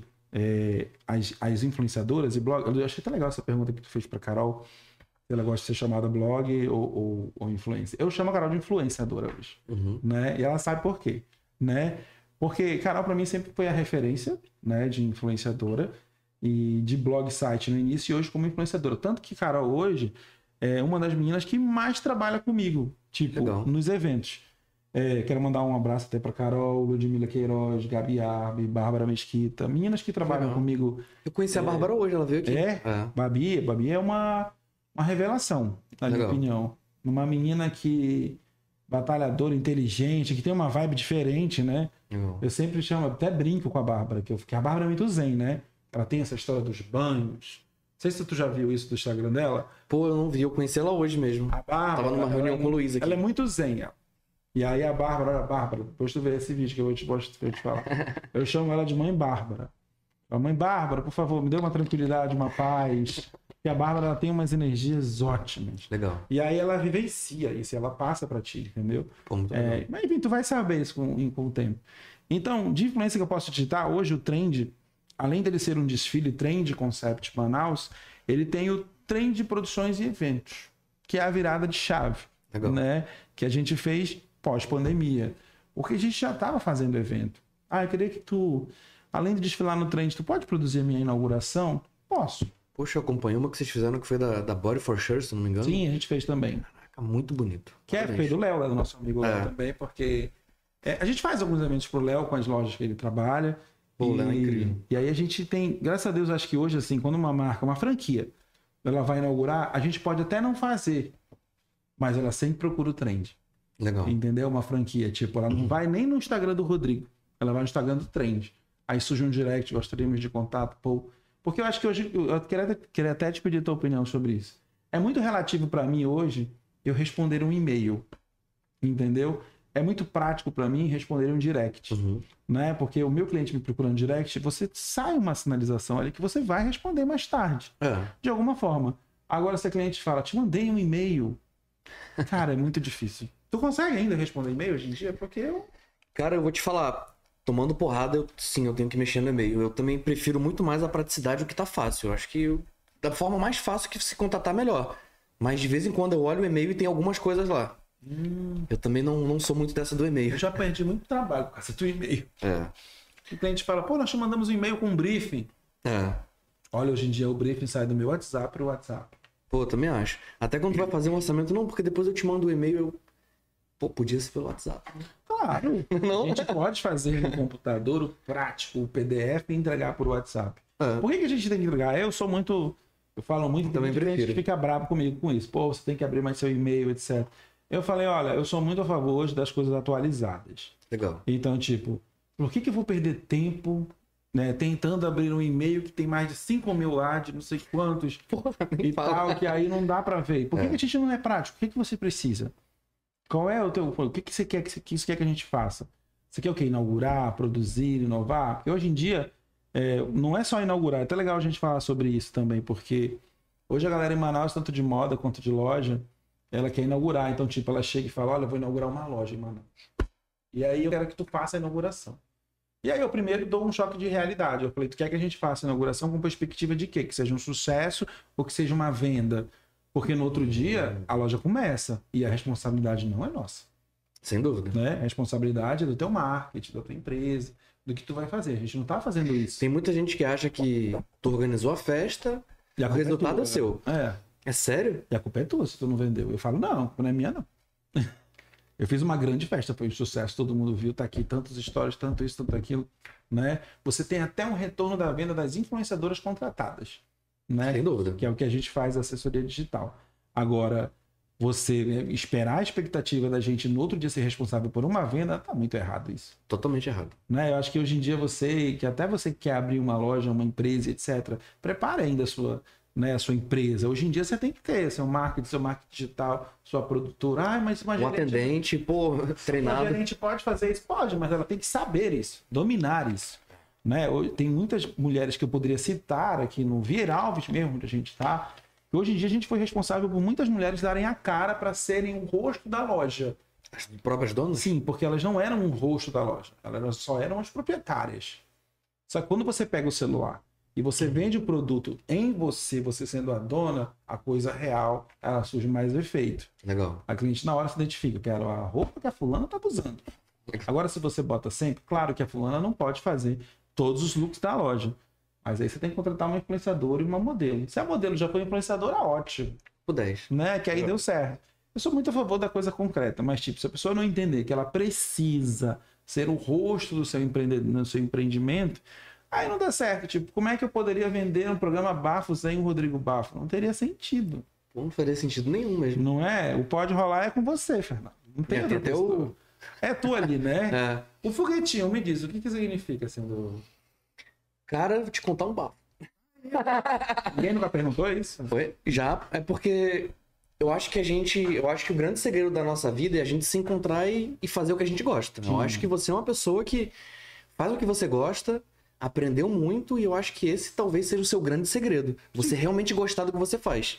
as influenciadoras e blogs. Eu achei até legal essa pergunta que tu fez para Carol, se ela gosta de ser chamada blog ou influencer. Eu chamo a Carol de influenciadora hoje, né? E ela sabe por quê, né? Porque Carol para mim sempre foi a referência, né, de influenciadora e de blog site no início e hoje como influenciadora. Tanto que Carol hoje é uma das meninas que mais trabalha comigo, tipo, legal, nos eventos. Quero mandar um abraço até para Carol, Ludmila Queiroz, Gabi Arbe, Bárbara Mesquita, meninas que trabalham comigo. Eu conheci a Bárbara hoje, ela veio aqui. Babi é uma revelação, na minha opinião. Uma menina que batalhadora, inteligente, que tem uma vibe diferente, né? Eu sempre chamo, até brinco com a Bárbara, porque a Bárbara é muito zen, né? Ela tem essa história dos banhos. Não sei se tu já viu isso do Instagram dela. Pô, eu não vi, eu conheci ela hoje mesmo. A Bárbara, tava numa reunião com o Luiz aqui. Ela é muito zen, E aí a Bárbara, depois tu vê esse vídeo que eu vou te falar. Eu chamo ela de Mãe Bárbara. A Mãe Bárbara, por favor, me dê uma tranquilidade, uma paz. E a Bárbara, ela tem umas energias ótimas. Legal. E aí ela vivencia isso, ela passa pra ti, entendeu? Pô, muito legal. Mas enfim, tu vai saber isso com o tempo. Então, de influência que eu posso te citar, hoje o Trend, além dele ser um desfile Trend Concept Manaus, ele tem o Trend Produções e Eventos, que é a virada de chave. Legal. Né? Que a gente fez pós-pandemia. Porque a gente já estava fazendo evento. Eu queria que tu, além de desfilar no Trend, tu pode produzir a minha inauguração? Posso. Poxa, eu acompanhei uma que vocês fizeram que foi da Body for Sure, se não me engano. Sim, a gente fez também. Caraca, muito bonito. Que foi do Léo, do nosso amigo Léo também, porque a gente faz alguns eventos pro Léo com as lojas que ele trabalha. Pô, o Léo é incrível. E aí a gente tem, graças a Deus, acho que hoje, assim, quando uma marca, uma franquia, ela vai inaugurar, a gente pode até não fazer, mas ela sempre procura o Trend. Legal. Entendeu? Uma franquia. Tipo, ela não vai nem no Instagram do Rodrigo. Ela vai no Instagram do Trend. Aí surge um direct, gostaríamos de contato. Pô, Porque eu acho que hoje, eu queria até te pedir a tua opinião sobre isso. É muito relativo para mim hoje eu responder um e-mail, entendeu? É muito prático para mim responder um direct, né? Porque o meu cliente me procurando direct, você sai uma sinalização ali que você vai responder mais tarde, de alguma forma. Agora, se a cliente fala, te mandei um e-mail, cara, é muito difícil. Tu consegue ainda responder e-mail hoje em dia? Porque eu... Cara, eu vou te falar, tomando porrada, sim, eu tenho que mexer no e-mail. Eu também prefiro muito mais a praticidade do que tá fácil. Eu acho que da forma mais fácil que se contatar, melhor. Mas de vez em quando eu olho o e-mail e tem algumas coisas lá. Eu também não sou muito dessa do e-mail. Eu já perdi muito trabalho com essa tua e-mail. O cliente fala, pô, nós te mandamos um e-mail com um briefing. Olha, hoje em dia o briefing sai do meu WhatsApp pro WhatsApp. Pô, eu também acho. Até quando tu vai fazer um orçamento, não, porque depois eu te mando o e-mail, eu... Pô, podia ser pelo WhatsApp. Claro. Não? A gente pode fazer no computador o prático, o PDF e entregar por WhatsApp. Por que a gente tem que entregar? Eu falo muito, também que a prefiro. gente fica bravo comigo com isso. Pô, você tem que abrir mais seu e-mail, etc. Eu falei, olha, eu sou muito a favor hoje das coisas atualizadas. Legal. Então, tipo, por que eu vou perder tempo, né, tentando abrir um e-mail que tem mais de 5 mil lá, de não sei quantos, e tal, que aí não dá pra ver? Por que a gente não é prático? O que você precisa? Qual é o teu... O que você quer que isso quer que a gente faça? Você quer o quê? Inaugurar, produzir, inovar? Porque hoje em dia, não é só inaugurar. É até legal a gente falar sobre isso também, porque hoje a galera em Manaus, tanto de moda quanto de loja, ela quer inaugurar. Então, tipo, ela chega e fala, olha, eu vou inaugurar uma loja em Manaus. E aí eu quero que tu faça a inauguração. E aí eu primeiro dou um choque de realidade. Eu falei, tu quer que a gente faça a inauguração com perspectiva de quê? Que seja um sucesso ou que seja uma venda? Porque no outro dia, a loja começa e a responsabilidade não é nossa. Sem dúvida. Né? A responsabilidade é do teu marketing, da tua empresa, do que tu vai fazer. A gente não tá fazendo isso. Tem muita gente que acha que tu organizou a festa e o resultado é seu. É sério? E a culpa é tua se tu não vendeu. Eu falo, não, não é minha não. Eu fiz uma grande festa, foi um sucesso, todo mundo viu, tá aqui, tantas histórias, tanto isso, tanto aquilo, né? Você tem até um retorno da venda das influenciadoras contratadas. Né? Sem dúvida. Que é o que a gente faz, assessoria digital. Agora, você esperar a expectativa da gente no outro dia ser responsável por uma venda, tá muito errado isso. Totalmente errado. Né? Eu acho que hoje em dia até você que quer abrir uma loja, uma empresa, etc., prepare ainda a sua empresa. Hoje em dia você tem que ter seu marketing digital, sua produtora. Mas uma gerente... atendente, pô, treinado. Uma gerente pode fazer isso? Pode, mas ela tem que saber isso, dominar isso. Né? Tem muitas mulheres que eu poderia citar aqui no Vieralves mesmo, onde a gente está. Hoje em dia a gente foi responsável por muitas mulheres darem a cara para serem o rosto da loja. As próprias donas? Sim, porque elas não eram o rosto da loja. Elas só eram as proprietárias. Só que quando você pega o celular e você vende o produto em você sendo a dona, a coisa real, ela surge mais efeito. Legal. A cliente na hora se identifica, quero a roupa que a fulana está usando. Agora, se você bota sempre, claro que a fulana não pode fazer todos os looks da loja. Mas aí você tem que contratar uma influenciadora e uma modelo. Se a modelo já foi influenciadora, ótimo. O 10. Né? Que aí deu certo. Eu sou muito a favor da coisa concreta, mas tipo, se a pessoa não entender que ela precisa ser o rosto do seu empreendimento, aí não dá certo. Tipo, como é que eu poderia vender um programa Bafo sem o Rodrigo Bafo? Não teria sentido. Não faria sentido nenhum mesmo. Não é? O pode rolar é com você, Fernando. Não tem outra pessoa. É tu ali, né? O foguetinho, me diz, o que significa sendo... Cara, vou te contar um bafo. Ninguém nunca perguntou isso? Foi? Já. É porque eu acho que o grande segredo da nossa vida é a gente se encontrar e fazer o que a gente gosta. Sim. Eu acho que você é uma pessoa que faz o que você gosta, aprendeu muito, e eu acho que esse talvez seja o seu grande segredo. Você realmente gostar do que você faz.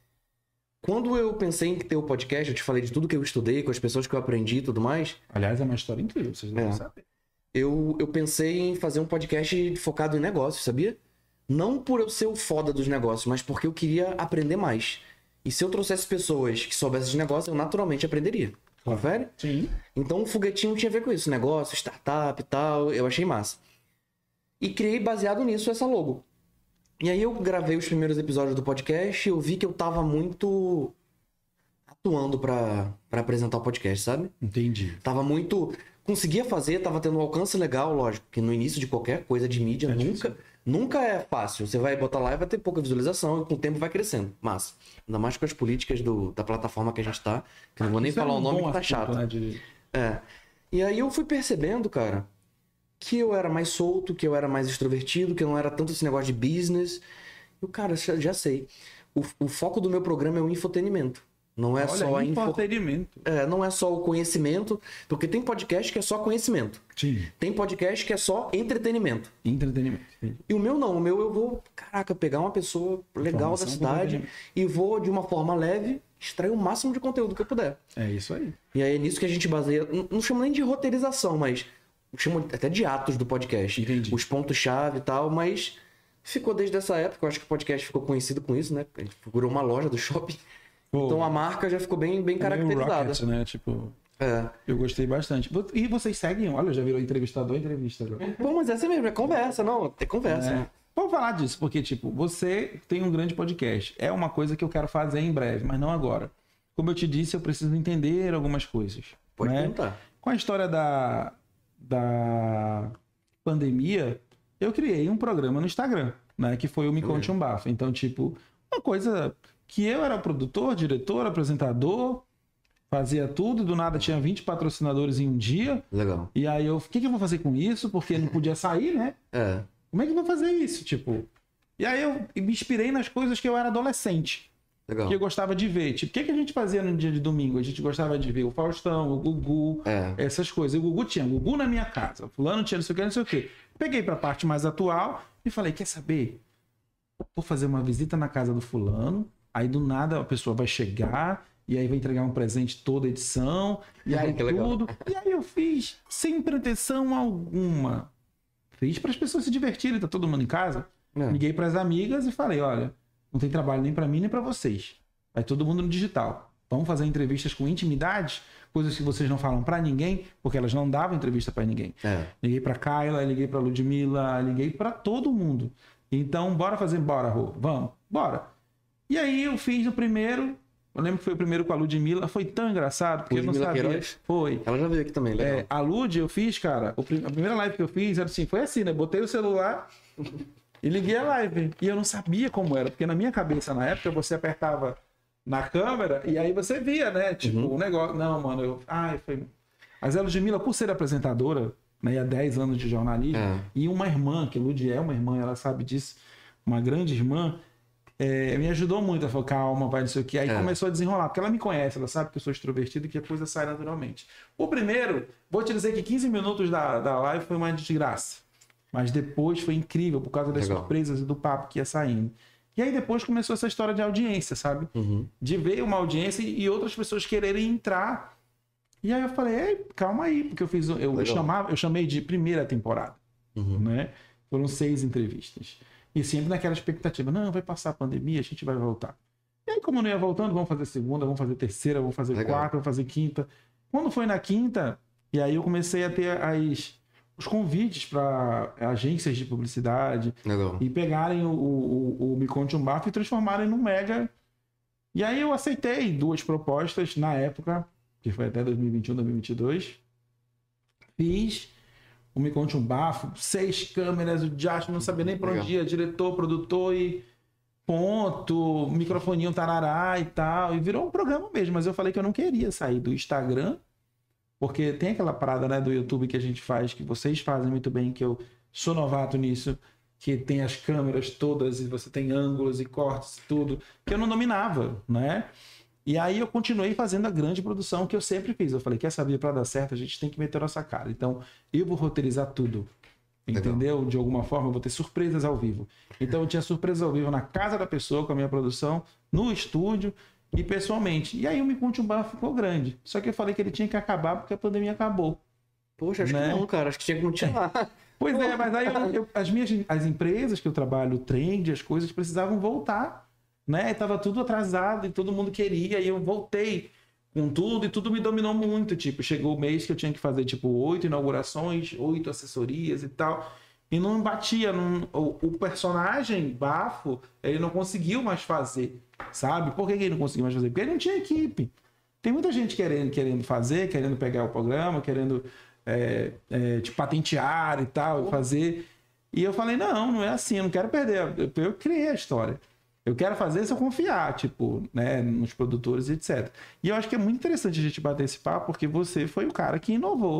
Quando eu pensei em ter o podcast, eu te falei de tudo que eu estudei, com as pessoas que eu aprendi e tudo mais. Aliás, é uma história incrível, vocês não sabem. Eu pensei em fazer um podcast focado em negócios, sabia? Não por eu ser o foda dos negócios, mas porque eu queria aprender mais. E se eu trouxesse pessoas que soubessem de negócio, eu naturalmente aprenderia. Confere? Sim. Então o foguetinho tinha a ver com isso. Negócio, startup e tal. Eu achei massa. E criei baseado nisso essa logo. E aí eu gravei os primeiros episódios do podcast e eu vi que eu tava muito atuando pra apresentar o podcast, sabe? Entendi. Tava muito... Conseguia fazer, tava tendo um alcance legal, lógico, que no início de qualquer coisa de mídia nunca é fácil. Você vai botar lá e vai ter pouca visualização e com o tempo vai crescendo. Massa. Ainda mais com as políticas da plataforma que a gente tá, que eu não vou nem falar o nome que tá chato. Né, E aí eu fui percebendo, cara, que eu era mais solto, que eu era mais extrovertido, que eu não era tanto esse negócio de business. E, cara, já sei. O foco do meu programa é o infotenimento. Não é só entretenimento. Não é só o conhecimento, porque tem podcast que é só conhecimento. Sim. Tem podcast que é só entretenimento. Entretenimento. E o meu não, o meu eu vou, caraca, pegar uma pessoa legal da cidade e vou, de uma forma leve, extrair o máximo de conteúdo que eu puder. É isso aí. E aí é nisso que a gente baseia, não chamo nem de roteirização, mas chamo até de atos do podcast. Entendi. Os pontos-chave e tal, mas ficou desde essa época, eu acho que o podcast ficou conhecido com isso, né? A gente procurou uma loja do shopping. Pô, então a marca já ficou bem caracterizada. Rocket, né? Tipo, eu gostei bastante. E vocês seguem? Olha, já virou entrevistador e entrevista agora. Pô, mas é assim mesmo, é conversa, não? É conversa. Vamos falar disso, porque, tipo, você tem um grande podcast. É uma coisa que eu quero fazer em breve, mas não agora. Como eu te disse, eu preciso entender algumas coisas. Pode perguntar. Com a história da pandemia, eu criei um programa no Instagram, né? Que foi o Me Conte um Bafo. Então, tipo, uma coisa que eu era produtor, diretor, apresentador, fazia tudo, do nada tinha 20 patrocinadores em um dia. Legal. E aí o que eu vou fazer com isso? Porque não podia sair, né? Como é que eu vou fazer isso? Tipo, e aí eu me inspirei nas coisas que eu era adolescente. Legal. Que eu gostava de ver. Tipo, o que a gente fazia no dia de domingo? A gente gostava de ver o Faustão, o Gugu, essas coisas. O Gugu tinha o Gugu na minha casa. O fulano tinha não sei o que, não sei o que. Peguei pra parte mais atual e falei, quer saber? Vou fazer uma visita na casa do fulano. Aí do nada a pessoa vai chegar e aí vai entregar um presente toda edição. E aí tudo. Legal. E aí eu fiz sem pretensão alguma. Fiz para as pessoas se divertirem, tá todo mundo em casa. Liguei para as amigas e falei, olha, não tem trabalho nem para mim nem para vocês. Vai todo mundo no digital. Vamos fazer entrevistas com intimidade, coisas que vocês não falam para ninguém, porque elas não davam entrevista para ninguém. Liguei para Kayla, liguei para Ludmilla, liguei para todo mundo. Então, bora, Rô. Vamos, bora. E aí eu fiz o primeiro, eu lembro que foi o primeiro com a Ludmilla, foi tão engraçado, porque Ludmilla eu não sabia. Queiroz? Foi. Ela já veio aqui também, legal. A Lud eu fiz, cara, a primeira live que eu fiz era assim, foi assim, né? Botei o celular e liguei a live. E eu não sabia como era, porque na minha cabeça, na época, você apertava na câmera e aí você via, né? Tipo, o negócio. Não, mano, foi. Mas a Ludmilla, por ser apresentadora, né, há 10 anos de jornalismo, e uma irmã, que Lud é uma irmã, ela sabe disso, uma grande irmã, me ajudou muito. Ela falou, calma, vai, não sei o que. Aí começou a desenrolar, porque ela me conhece, ela sabe que eu sou extrovertido e que a coisa sai naturalmente. O primeiro, vou te dizer que 15 minutos da live foi uma desgraça. Mas depois foi incrível, por causa das surpresas e do papo que ia saindo. E aí depois começou essa história de audiência, sabe? De ver uma audiência e outras pessoas quererem entrar. E aí eu falei, calma aí, porque eu chamei de primeira temporada, né? Foram 6 entrevistas. E sempre naquela expectativa, não, vai passar a pandemia, a gente vai voltar. E aí, como não ia voltando, vamos fazer segunda, vamos fazer terceira, vamos fazer quarta, vamos fazer quinta. Quando foi na quinta, e aí eu comecei a ter os convites para agências de publicidade e pegarem o Me Conte um Bafo e transformarem num mega. E aí eu aceitei 2 propostas na época, que foi até 2021, 2022. Fiz o Me Conte um Bafo, 6 câmeras, o Jacho não sabia nem para onde ia, diretor, produtor e ponto, microfoninho, tarará e tal. E virou um programa mesmo, mas eu falei que eu não queria sair do Instagram, porque tem aquela parada, né, do YouTube que a gente faz, que vocês fazem muito bem, que eu sou novato nisso, que tem as câmeras todas e você tem ângulos e cortes e tudo, que eu não dominava, né? E aí eu continuei fazendo a grande produção que eu sempre fiz. Eu falei, quer saber, para dar certo, a gente tem que meter nossa cara. Então, eu vou roteirizar tudo. Entendeu? De alguma forma, eu vou ter surpresas ao vivo. Então, eu tinha surpresas ao vivo na casa da pessoa, com a minha produção, no estúdio e pessoalmente. E aí o Me Conte um Bafo ficou grande. Só que eu falei que ele tinha que acabar porque a pandemia acabou. Poxa, acho que não, cara. Acho que tinha que continuar. Pois mas aí as empresas que eu trabalho, o trend, as coisas precisavam voltar. Né? Tava tudo atrasado e todo mundo queria, e eu voltei com tudo e tudo me dominou muito. Tipo, chegou o mês que eu tinha que fazer, tipo, 8 inaugurações, 8 assessorias e tal, e não batia. O personagem Bafo, ele não conseguiu mais fazer, sabe? Por que ele não conseguiu mais fazer? Porque ele não tinha equipe. Tem muita gente querendo fazer, querendo pegar o programa, querendo tipo, patentear e tal, fazer. E eu falei, não é assim, eu não quero perder. Eu criei a história. Eu quero fazer se eu confiar, tipo, né, nos produtores, etc. E eu acho que é muito interessante a gente bater esse papo, porque você foi o cara que inovou,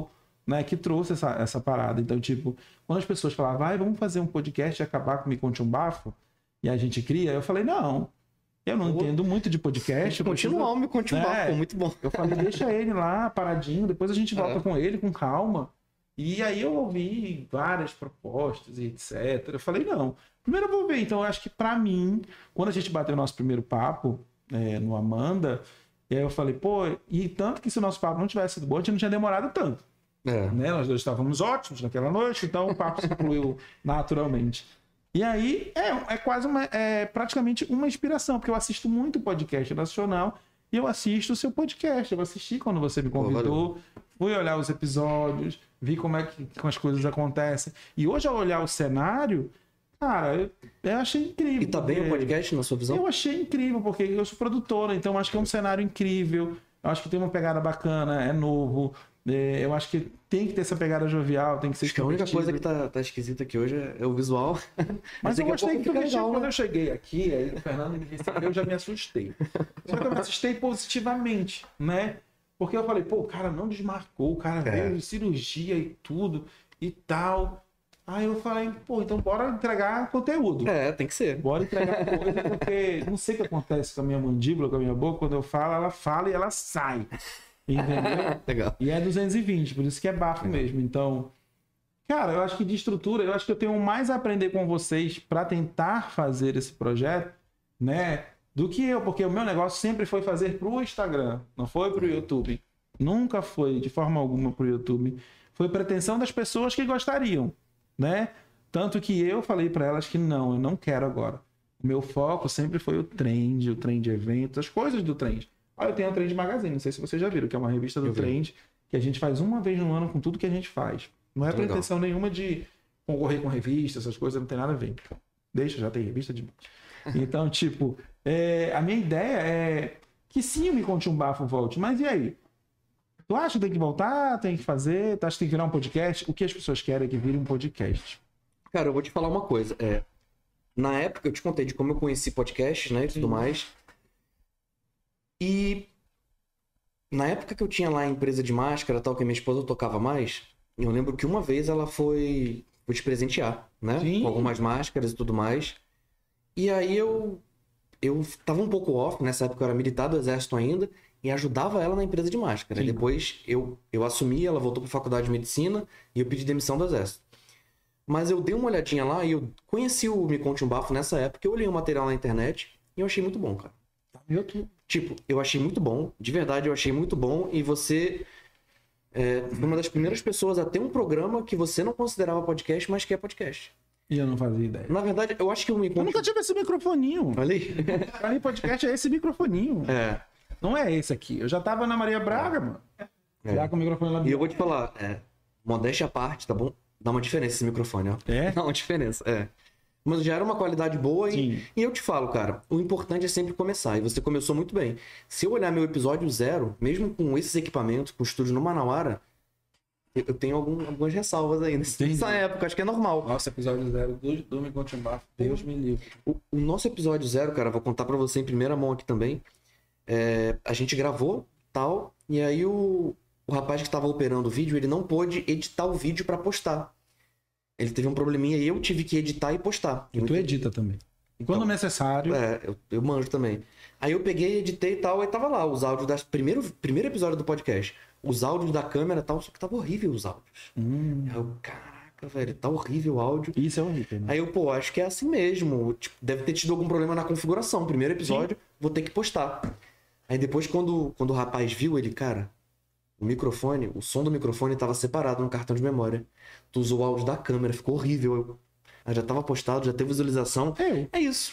né, que trouxe essa parada. Então, tipo, quando as pessoas falavam, vamos fazer um podcast e acabar com Me Conte um Bafo, e a gente cria, eu falei, não, eu não entendo muito de podcast. Continuar o Me Conte um Bafo, muito bom. Eu falei, deixa ele lá, paradinho, depois a gente volta com ele, com calma. E aí eu ouvi várias propostas e etc. Eu falei, não, primeiro eu vou ver. Então, eu acho que pra mim, quando a gente bateu o nosso primeiro papo no Amanda, e aí eu falei, pô, e tanto que se o nosso papo não tivesse sido bom, a gente não tinha demorado tanto. Né? Nós dois estávamos ótimos naquela noite, então o papo se fluiu naturalmente. E aí é quase praticamente uma inspiração, porque eu assisto muito podcast nacional e eu assisto o seu podcast. Eu assisti quando você me convidou, fui olhar os episódios, vi como é que as coisas acontecem. E hoje, ao olhar o cenário, cara, eu achei incrível. E tá bem o podcast, na sua visão? Eu achei incrível, porque eu sou produtora, então acho que é um cenário incrível. Eu acho que tem uma pegada bacana, é novo. Eu acho que tem que ter essa pegada jovial, tem que ser. Acho que a única coisa que tá esquisita aqui hoje é o visual. Mas eu gostei que quando eu cheguei aqui, aí o Fernando me recebeu, eu já me assustei. Só que eu me assustei positivamente, né? Porque eu falei, pô, o cara não desmarcou, o cara veio de cirurgia e tudo e tal. Aí eu falei, pô, então bora entregar conteúdo. Tem que ser. Bora entregar coisa, porque não sei o que acontece com a minha mandíbula, com a minha boca, quando eu falo, ela fala e ela sai. Entendeu? Legal. E é 220, por isso que é bafo mesmo. Então, cara, eu acho que de estrutura, eu acho que eu tenho mais a aprender com vocês para tentar fazer esse projeto, né? Do que eu, porque o meu negócio sempre foi fazer pro Instagram, não foi pro YouTube. Nunca foi, de forma alguma, pro YouTube. Foi pretensão das pessoas que gostariam, né? Tanto que eu falei para elas que não, eu não quero agora. O meu foco sempre foi o trend evento, as coisas do trend. Eu tenho a Trend Magazine, não sei se vocês já viram, que é uma revista do trend, que a gente faz uma vez no ano com tudo que a gente faz. Não é pretensão nenhuma de concorrer com revista, essas coisas, não tem nada a ver. Deixa, já tem revista de... Então, tipo, a minha ideia é que sim, o Me Conte um Bafo volte, mas e aí? Tu acha que tem que voltar, tem que fazer, tu acha que tem que virar um podcast? O que as pessoas querem é que vire um podcast. Cara, eu vou te falar uma coisa. Na época, eu te contei de como eu conheci podcast, né, e tudo mais. E na época que eu tinha lá a empresa de máscara, tal, que a minha esposa tocava mais, eu lembro que uma vez ela foi te presentear, né? Sim. Com algumas máscaras e tudo mais. E aí eu tava um pouco off, nessa época eu era militar do exército ainda, e ajudava ela na empresa de máscara. Sim. E depois eu assumi, ela voltou pra faculdade de medicina e eu pedi demissão do exército. Mas eu dei uma olhadinha lá e eu conheci o Me Conte um Bafo nessa época, eu olhei o material na internet e eu achei muito bom, cara. Tipo, eu achei muito bom, de verdade eu achei muito bom, e você foi uma das primeiras pessoas a ter um programa que você não considerava podcast, mas que é podcast. E eu não fazia ideia. Na verdade, eu acho que o Me Conte... Eu nunca tive esse microfoninho. Olha aí. Pra mim, podcast é esse microfoninho. Não é esse aqui. Eu já tava na Maria Braga, mano. Já com o microfone lá. E eu vou te falar, modéstia à parte, tá bom? Dá uma diferença esse microfone, ó. Dá uma diferença, Mas já era uma qualidade boa e eu te falo, cara, o importante é sempre começar. E você começou muito bem. Se eu olhar meu episódio 0, mesmo com esses equipamentos, com o estúdio no Manauara, eu tenho algumas ressalvas aí nessa época, acho que é normal. Nossa, episódio 0 do Me Conte um Bafo, Deus me livre. O nosso episódio 0, cara, vou contar pra você em primeira mão aqui também. A gente gravou, tal, e aí o rapaz que tava operando o vídeo, ele não pôde editar o vídeo pra postar. Ele teve um probleminha e eu tive que editar e postar. E tu edita também. Quando necessário. Eu manjo também. Aí eu peguei, editei e tal, aí tava lá os áudios do primeiro episódio do podcast. Os áudios da câmera e tal, só que tava horrível os áudios. Aí eu, caraca, velho, tá horrível o áudio. Isso é horrível, né? Aí eu, acho que é assim mesmo. Tipo, deve ter tido algum problema na configuração. Primeiro episódio, vou ter que postar. Aí depois, quando o rapaz viu, ele, cara, o som do microfone tava separado no cartão de memória. Tu usou o áudio da câmera, ficou horrível. Já tava postado, já teve visualização. É isso.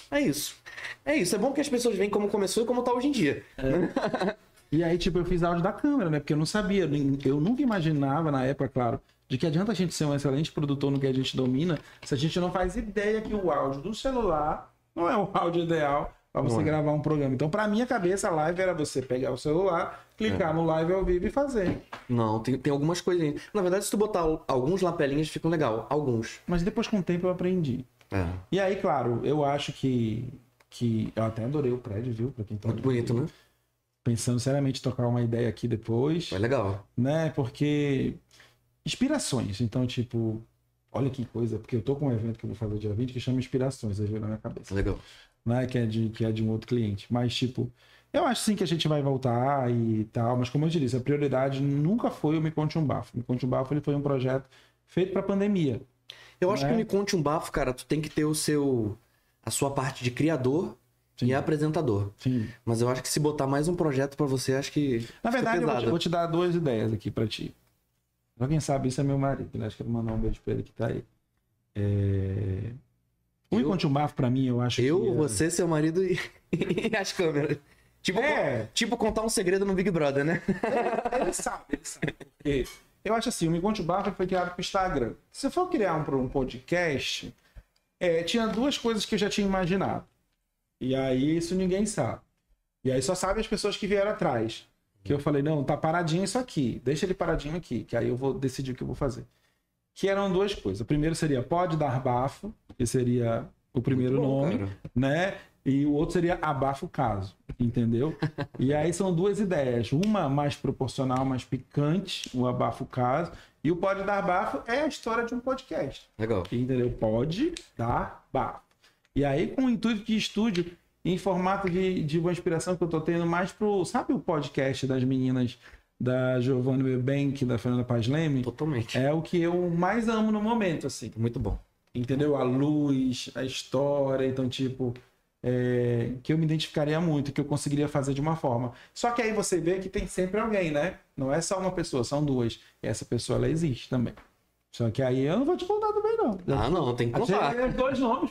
É bom que as pessoas veem como começou e como tá hoje em dia. E aí, tipo, eu fiz áudio da câmera, né? Porque eu não sabia, eu nunca imaginava na época, claro, de que adianta a gente ser um excelente produtor no que a gente domina, se a gente não faz ideia que o áudio do celular não é o áudio ideal para você gravar um programa. Então, pra minha cabeça, a live era você pegar o celular, clicar no live ao vivo e fazer. Não, tem algumas coisinhas. Na verdade, se tu botar alguns lapelinhas, ficam legal. Alguns. Mas depois, com o tempo, eu aprendi. E aí, claro, eu acho que eu até adorei o prédio, viu? Pra quem tá muito bonito, né? Pensando seriamente em trocar uma ideia aqui depois. Foi legal. Né? Porque inspirações. Então, tipo, olha que coisa, porque eu tô com um evento que eu vou fazer dia 20 que chama Inspirações, aí veio na minha cabeça. Legal. Né? Que é de um outro cliente. Mas, tipo, eu acho sim que a gente vai voltar e tal, mas como eu te disse, a prioridade nunca foi o Me Conte um Bafo. O Me Conte um Bafo ele foi um projeto feito pra pandemia. Eu acho que o Me Conte um Bafo, cara, tu tem que ter a sua parte de criador e apresentador. Sim. Mas eu acho que se botar mais um projeto pra você, acho que na verdade, eu vou te dar 2 ideias aqui pra ti. Pra quem sabe, isso é meu marido, né? Acho que eu vou mandar um beijo pra ele que tá aí. O Me Conte um Bafo, pra mim, eu acho que... você, seu marido e as câmeras. Tipo contar um segredo no Big Brother, né? Ele sabe. Porque eu acho assim, o Me Conte um Bafo foi criado pro Instagram. Se eu for criar um podcast, tinha 2 coisas que eu já tinha imaginado. E aí, isso ninguém sabe. E aí só sabe as pessoas que vieram atrás. Que eu falei, não, tá paradinho isso aqui. Deixa ele paradinho aqui, que aí eu vou decidir o que eu vou fazer. Que eram 2 coisas. O primeiro seria Pode Dar Bafo, que seria o primeiro nome, cara. Né? E o outro seria Abafa o Caso, entendeu? E aí são 2 ideias. Uma mais proporcional, mais picante, o Abafa o Caso. E o Pode Dar Bafo é a história de um podcast. Legal. Entendeu? Pode Dar Bafo. E aí com o intuito de estúdio, em formato de uma inspiração que eu tô tendo mais pro... Sabe o podcast das meninas da Giovanna Bebenck, da Fernanda Paz Leme? Totalmente. É o que eu mais amo no momento, assim. Muito bom. Entendeu? A luz, a história, então, tipo... que eu me identificaria muito, que eu conseguiria fazer de uma forma. Só que aí você vê que tem sempre alguém, né? Não é só uma pessoa, são 2. E essa pessoa, ela existe também. Só que aí eu não vou te contar também, não. Não, tem que contar. Tem 2 nomes.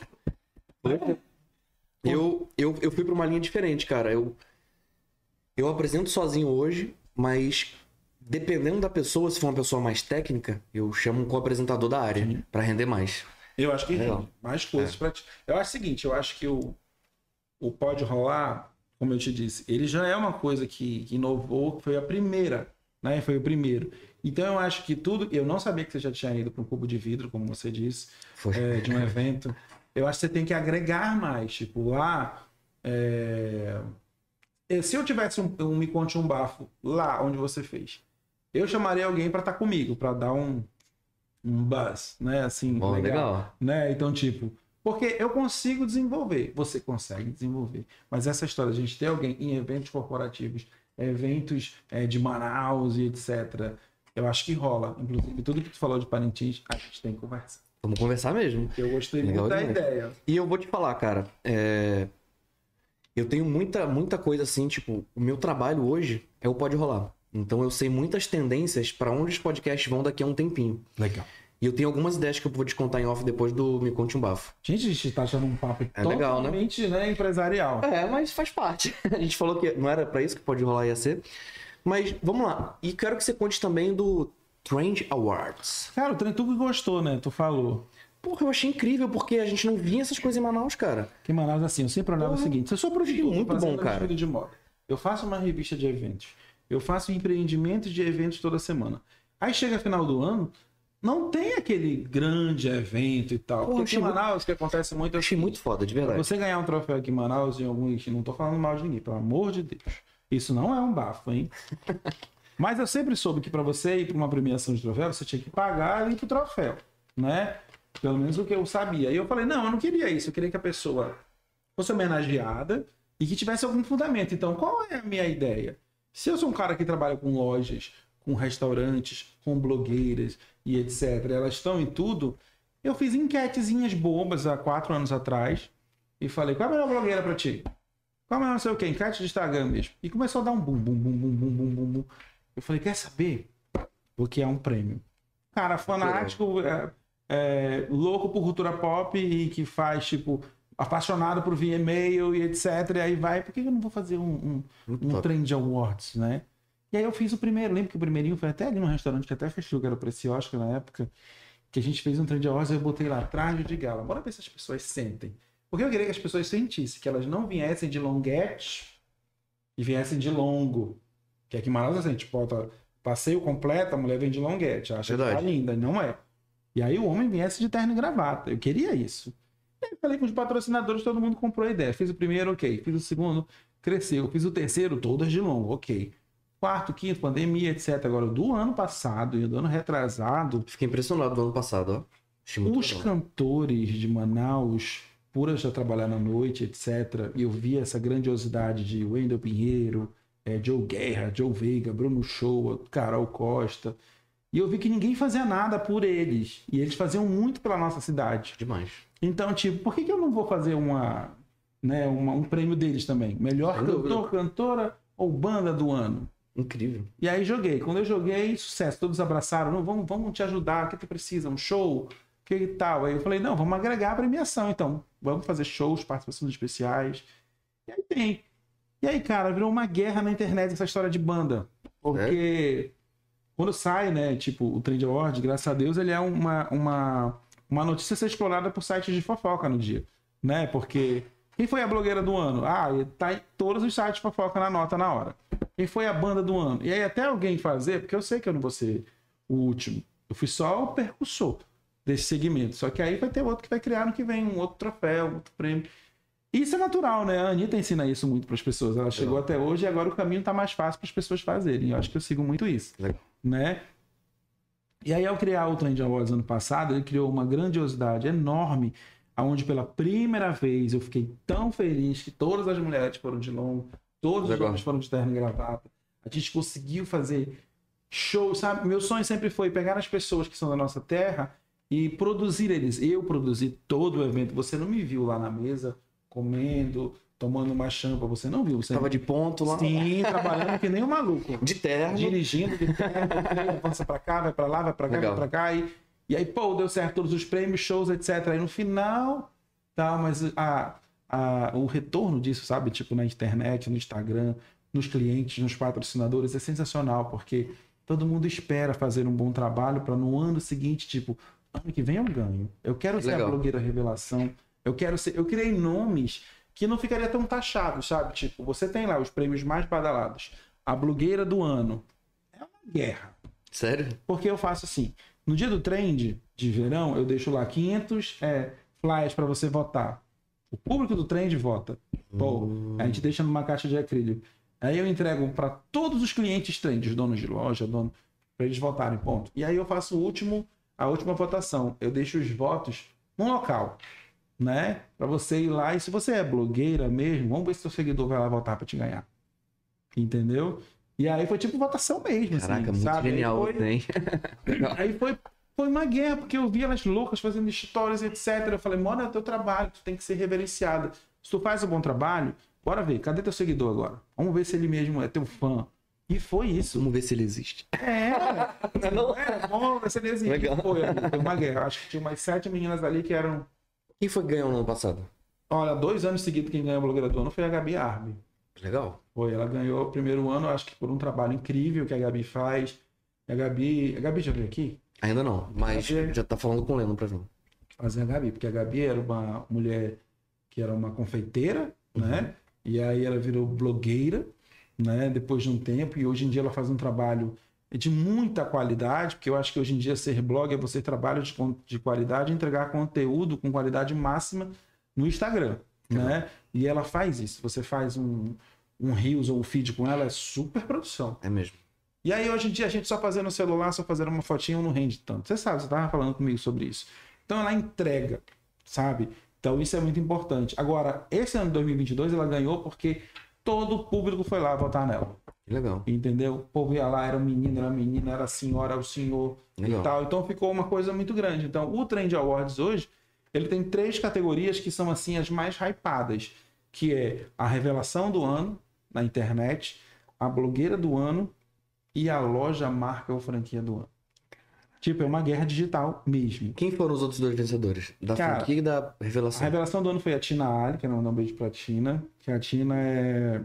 Eu fui pra uma linha diferente, cara. Eu apresento sozinho hoje, mas dependendo da pessoa, se for uma pessoa mais técnica, eu chamo um co-apresentador da área pra render mais. Eu acho que rende mais coisas pra ti. Eu acho o seguinte, eu acho que o Pode Rolar, como eu te disse, ele já é uma coisa que inovou, foi a primeira, né? Foi o primeiro. Então eu acho que tudo... Eu não sabia que você já tinha ido para um cubo de vidro, como você disse, de um evento. Eu acho que você tem que agregar mais. Tipo, lá... Se eu tivesse um Me Conte um Bafo lá onde você fez, eu chamaria alguém para estar comigo, para dar um buzz, né? Assim, legal. Né? Então, tipo... Porque eu consigo desenvolver, você consegue desenvolver. Mas essa história de a gente ter alguém em eventos corporativos, eventos de Manaus e etc., eu acho que rola. Inclusive, tudo que tu falou de Parintins, a gente tem que conversar. Vamos conversar mesmo. Eu gostei muito da ideia. E eu vou te falar, cara, eu tenho muita coisa assim, tipo, o meu trabalho hoje é o Pode Rolar. Então eu sei muitas tendências para onde os podcasts vão daqui a um tempinho. Legal. E eu tenho algumas ideias que eu vou te contar em off depois do Me Conte um Bafo. Gente, a gente tá achando um papo totalmente legal, né, empresarial. Mas faz parte. A gente falou que não era pra isso que Pode Rolar ia ser. Mas vamos lá. E quero que você conte também do Trend Awards. Cara, tu que gostou, né? Tu falou. Porra, eu achei incrível, porque a gente não via essas coisas em Manaus, cara. Que em Manaus, assim, eu sempre olhava o seguinte. Se eu sou produtor, muito bom, cara. De moda, eu faço uma revista de eventos. Eu faço empreendimentos de eventos toda semana. Aí chega final do ano... Não tem aquele grande evento e tal. Porque aqui em Manaus, o que acontece muito... Eu achei muito foda, de verdade. Você ganhar um troféu aqui em Manaus, em alguns... Não tô falando mal de ninguém, pelo amor de Deus. Isso não é um bafo, hein? Mas eu sempre soube que para você ir para uma premiação de troféu, você tinha que pagar ali pro troféu, né? Pelo menos o que eu sabia. E eu falei, não, eu não queria isso. Eu queria que a pessoa fosse homenageada e que tivesse algum fundamento. Então, qual é a minha ideia? Se eu sou um cara que trabalha com lojas, com restaurantes, com blogueiras e etc. Elas estão em tudo. Eu fiz enquetezinhas bobas há 4 anos atrás e falei, qual é a melhor blogueira pra ti? Qual é a não sei o que? Enquete de Instagram mesmo. E começou a dar um bum, bum, bum, bum, bum, bum, bum, bum. Eu falei, quer saber? Porque é um prêmio. Cara, fanático, louco por cultura pop e que faz, tipo, apaixonado por via e-mail e etc. E aí vai, por que eu não vou fazer um Trend Awards, né? E aí eu fiz o primeiro, lembro que o primeirinho foi até ali num restaurante que até fechou, que era o Preciosa na época, que a gente fez um Trend Awards e eu botei lá, traje de gala. Bora ver se as pessoas sentem. Porque eu queria que as pessoas sentissem, que elas não viessem de longuete e viessem de longo. Que aqui em Manaus, assim, a gente bota passeio completo, a mulher vem de longuete, acha que tá linda, não é. E aí o homem viesse de terno e gravata. Eu queria isso. E aí eu falei com os patrocinadores, todo mundo comprou a ideia. Fiz o primeiro, ok. Fiz o segundo, cresceu. Fiz o terceiro, todas de longo, ok. quarto, quinto, pandemia, etc. Agora, do ano passado e do ano retrasado... Fiquei impressionado do ano passado, ó. Os cantores de Manaus, por eu já trabalhar na noite, etc., e eu vi essa grandiosidade de Wendel Pinheiro, Joe Guerra, Joe Veiga, Bruno Shoa, Carol Costa, e eu vi que ninguém fazia nada por eles, e eles faziam muito pela nossa cidade. Demais. Então, tipo, por que eu não vou fazer um prêmio deles também? Melhor cantor, cantora ou banda do ano? Incrível. E aí joguei. Quando eu joguei, sucesso. Todos abraçaram. Não, vamos te ajudar. O que tu precisa? Um show? Que tal? Aí eu falei, não, vamos agregar a premiação, então. Vamos fazer shows, participações especiais. E aí tem. E aí, cara, virou uma guerra na internet essa história de banda. Porque quando sai, né, tipo, o Trend Award, graças a Deus, ele é uma notícia a ser explorada por sites de fofoca no dia, né? Porque quem foi a blogueira do ano? Tá em todos os sites de fofoca na nota na hora. Quem foi a banda do ano? E aí até alguém fazer, porque eu sei que eu não vou ser o último. Eu fui só o percussor desse segmento. Só que aí vai ter outro que vai criar no que vem um outro troféu, um outro prêmio. Isso é natural, né? A Anitta ensina isso muito para as pessoas. Ela chegou até hoje e agora o caminho tá mais fácil para as pessoas fazerem. Eu acho que eu sigo muito isso. Legal. Né? E aí, ao criar o Trend Awards ano passado, ele criou uma grandiosidade enorme, onde pela primeira vez eu fiquei tão feliz que todas as mulheres foram de longo, todos os homens foram de terno e gravata. A gente conseguiu fazer show, sabe? Meu sonho sempre foi pegar as pessoas que são da nossa terra e produzir eles. Eu produzi todo o evento. Você não me viu lá na mesa comendo, tomando uma champa. Você não viu. Você Tava de ponto lá. Sim, trabalhando que nem um maluco. De terno. Dirigindo de terno. Avança pra cá, vai pra lá, vai pra cá, vai pra cá. E aí, pô, deu certo todos os prêmios, shows, etc. Aí no final, tá, mas o retorno disso, sabe? Tipo na internet, no Instagram, nos clientes, nos patrocinadores, é sensacional, porque todo mundo espera fazer um bom trabalho para no ano seguinte, tipo, ano que vem eu ganho. Eu quero ser a blogueira revelação. Eu criei nomes que não ficaria tão taxados, sabe? Tipo, você tem lá os prêmios mais badalados. A blogueira do ano. É uma guerra. Sério? Porque eu faço assim, no dia do trend de verão, eu deixo lá 500 flyers para você votar. O público do trend vota. Pô, a gente deixa numa caixa de acrílico. Aí eu entrego para todos os clientes trend, os donos de loja, para eles votarem, ponto. E aí eu faço a última votação. Eu deixo os votos num local, né? Para você ir lá. E se você é blogueira mesmo, vamos ver se seu seguidor vai lá votar para te ganhar. Entendeu? E aí foi tipo votação mesmo. Caraca, assim, muito sabe? genial, hein? Aí foi uma guerra, porque eu vi elas loucas fazendo stories, etc. Eu falei, mano, é o teu trabalho, tu tem que ser reverenciada. Se tu faz um bom trabalho, bora ver, cadê teu seguidor agora? Vamos ver se ele mesmo é teu fã. E foi isso. Vamos ver se ele existe. Vamos ver se ele existe. Legal. Foi uma guerra. Acho que tinha umas 7 meninas ali que eram... Quem foi que ganhou no ano passado? Olha, 2 anos seguidos quem ganhou a blogueira do ano foi a Gabi Arbi. Legal. Foi, ela ganhou o primeiro ano, acho que por um trabalho incrível que a Gabi faz. A Gabi já veio aqui? Ainda não, mas já tá falando com o Leno pra vir. Fazer a Gabi, porque a Gabi era uma mulher que era uma confeiteira, né? E aí ela virou blogueira, né? Depois de um tempo, e hoje em dia ela faz um trabalho de muita qualidade, porque eu acho que hoje em dia ser blogger é você trabalha de qualidade e entregar conteúdo com qualidade máxima no Instagram, né? E ela faz isso. Você faz um Reels ou um feed com ela, é super produção. É mesmo. E aí, hoje em dia, a gente só fazendo no celular, só fazendo uma fotinha não rende tanto. Você sabe, você estava falando comigo sobre isso. Então, ela entrega, sabe? Então, isso é muito importante. Agora, esse ano de 2022, ela ganhou porque todo o público foi lá votar nela. Legal. Entendeu? O povo ia lá, era um menino, era a menina, era a senhora, era o senhor. Legal. E tal. Então, ficou uma coisa muito grande. Então, o Trend Awards hoje, ele tem 3 categorias que são, assim, as mais hypadas, que é a revelação do ano na internet, a blogueira do ano e a loja, marca ou franquia do ano. Tipo, é uma guerra digital mesmo. Quem foram os outros 2 vencedores? Da franquia e da revelação? A revelação do ano foi a Tina Ali, quero mandar um beijo pra Tina. Que a Tina é...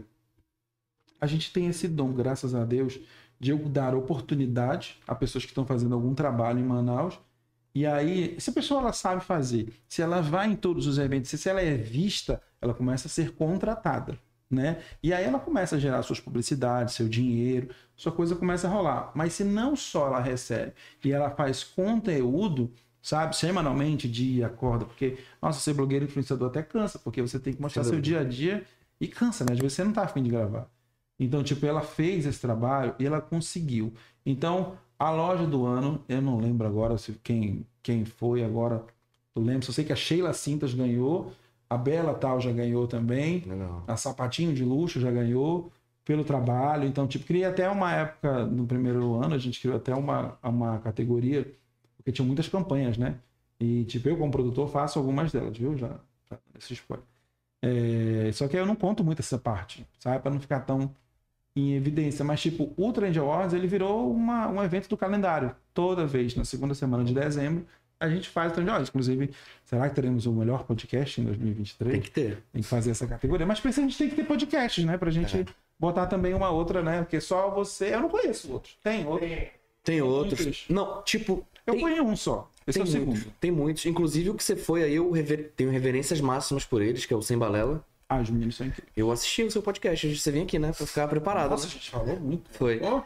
A gente tem esse dom, graças a Deus, de eu dar oportunidade a pessoas que estão fazendo algum trabalho em Manaus. E aí, se a pessoa ela sabe fazer, se ela vai em todos os eventos, se ela é vista, ela começa a ser contratada, né? E aí ela começa a gerar suas publicidades, seu dinheiro, sua coisa começa a rolar. Mas se não só ela recebe e ela faz conteúdo, sabe, semanalmente, dia, acorda, porque, nossa, ser blogueiro influenciador até cansa, porque você tem que mostrar seu dia a dia e cansa, né? Às vezes você não tá afim de gravar. Então, tipo, ela fez esse trabalho e ela conseguiu. Então, a loja do ano, eu não lembro agora quem foi agora, eu lembro, só sei que a Sheila Cintas ganhou, a Bela Tal já ganhou também, Legal. a Sapatinho de Luxo já ganhou pelo trabalho. Então, tipo, criei até uma época, no primeiro ano, a gente criou até uma categoria, porque tinha muitas campanhas, né? E, tipo, eu como produtor faço algumas delas, viu? Já esse spoiler. Só que eu não conto muito essa parte, sabe? Para não ficar tão em evidência. Mas, tipo, o Trend Awards, ele virou um evento do calendário. Toda vez, na segunda semana de dezembro, a gente faz o Trend Awards. Inclusive, será que teremos o melhor podcast em 2023? Tem que ter. Tem que fazer essa categoria. Mas pra isso a gente tem que ter podcasts, né? Pra gente botar também uma outra, né? Porque só você... Eu não conheço outros. Tem outros. Tem outros. Não, tipo... Eu conheço um só. Esse é o segundo. Tem muitos. Inclusive o que você foi aí, eu tenho reverências máximas por eles, que é o Sem Balela. Ah, os meninos são incríveis. Eu assisti o seu podcast, você vem aqui, né? Pra ficar preparado. Nossa, né? a gente falou muito. Foi. Oh.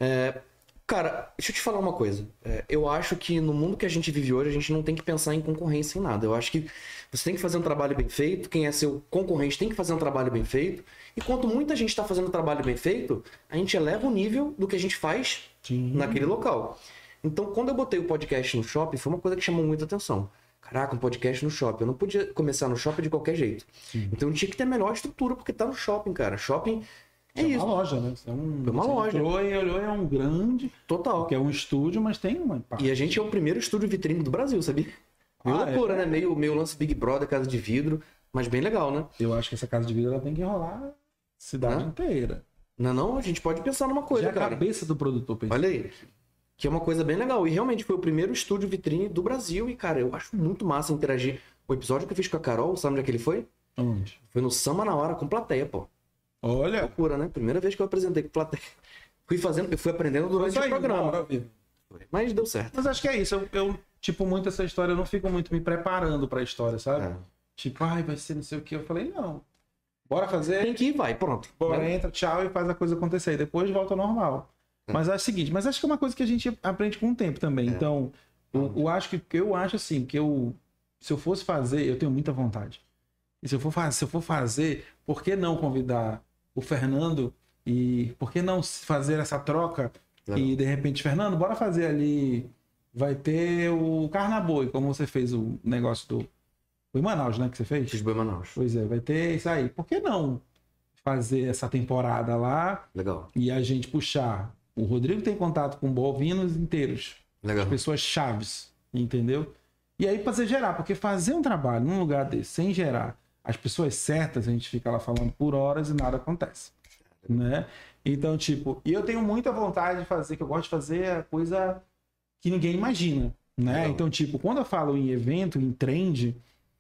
Cara, deixa eu te falar uma coisa. Eu acho que no mundo que a gente vive hoje, a gente não tem que pensar em concorrência em nada. Eu acho que você tem que fazer um trabalho bem feito, quem é seu concorrente tem que fazer um trabalho bem feito. E quanto muita gente está fazendo um trabalho bem feito, a gente eleva o nível do que a gente faz naquele local. Então, quando eu botei o podcast no shopping, foi uma coisa que chamou muita atenção. Caraca, um podcast no shopping. Eu não podia começar no shopping de qualquer jeito. Então, tinha que ter a melhor estrutura, porque tá no shopping, cara. Shopping é isso. É uma loja, né? É uma loja. Entrou e olhou, é um grande... Total. Que é um estúdio, mas tem uma parte. E a gente é o primeiro estúdio vitrine do Brasil, sabia? Meio loucura, né? Meio lance Big Brother, Casa de Vidro. Mas bem legal, né? Eu acho que essa Casa de Vidro ela tem que rolar a cidade inteira. Não, a gente pode pensar numa coisa, Já cara. a cabeça do produtor pensa. Olha aí. Que é uma coisa bem legal. E realmente foi o primeiro estúdio vitrine do Brasil. E, cara, eu acho muito massa interagir. O episódio que eu fiz com a Carol, sabe onde é que ele foi? Onde? Foi no Samba na Hora com plateia, pô. Olha. Loucura, né? Primeira vez que eu apresentei com plateia. Eu fui aprendendo durante o programa. Mas deu certo. Mas acho que é isso. Eu tipo, muito essa história, eu não fico muito me preparando pra história, sabe? Tipo, vai ser não sei o que. Eu falei, não. Bora fazer. Tem que ir, vai, pronto. Bora, entra, tchau e faz a coisa acontecer. E depois volta ao normal. Mas acho o seguinte, mas acho que é uma coisa que a gente aprende com o tempo também. Então, eu acho assim, que se eu fosse fazer, eu tenho muita vontade. E se eu for fazer, por que não convidar o Fernando e por que não fazer essa troca? E de repente, Fernando, bora fazer ali. Vai ter o Carnaboi, como você fez o negócio do. Foi em Manaus, né? Que você fez? Fiz em Manaus. Pois é, vai ter isso aí. Por que não fazer essa temporada lá? Legal. E a gente puxar. O Rodrigo tem contato com bovinos inteiros. Legal. As pessoas chaves, entendeu? E aí fazer gerar, porque fazer um trabalho num lugar desse, sem gerar as pessoas certas, a gente fica lá falando por horas e nada acontece, né? Então, tipo, e eu tenho muita vontade de fazer, que eu gosto de fazer a coisa que ninguém imagina, né? Legal. Então, tipo, quando eu falo em evento, em trend,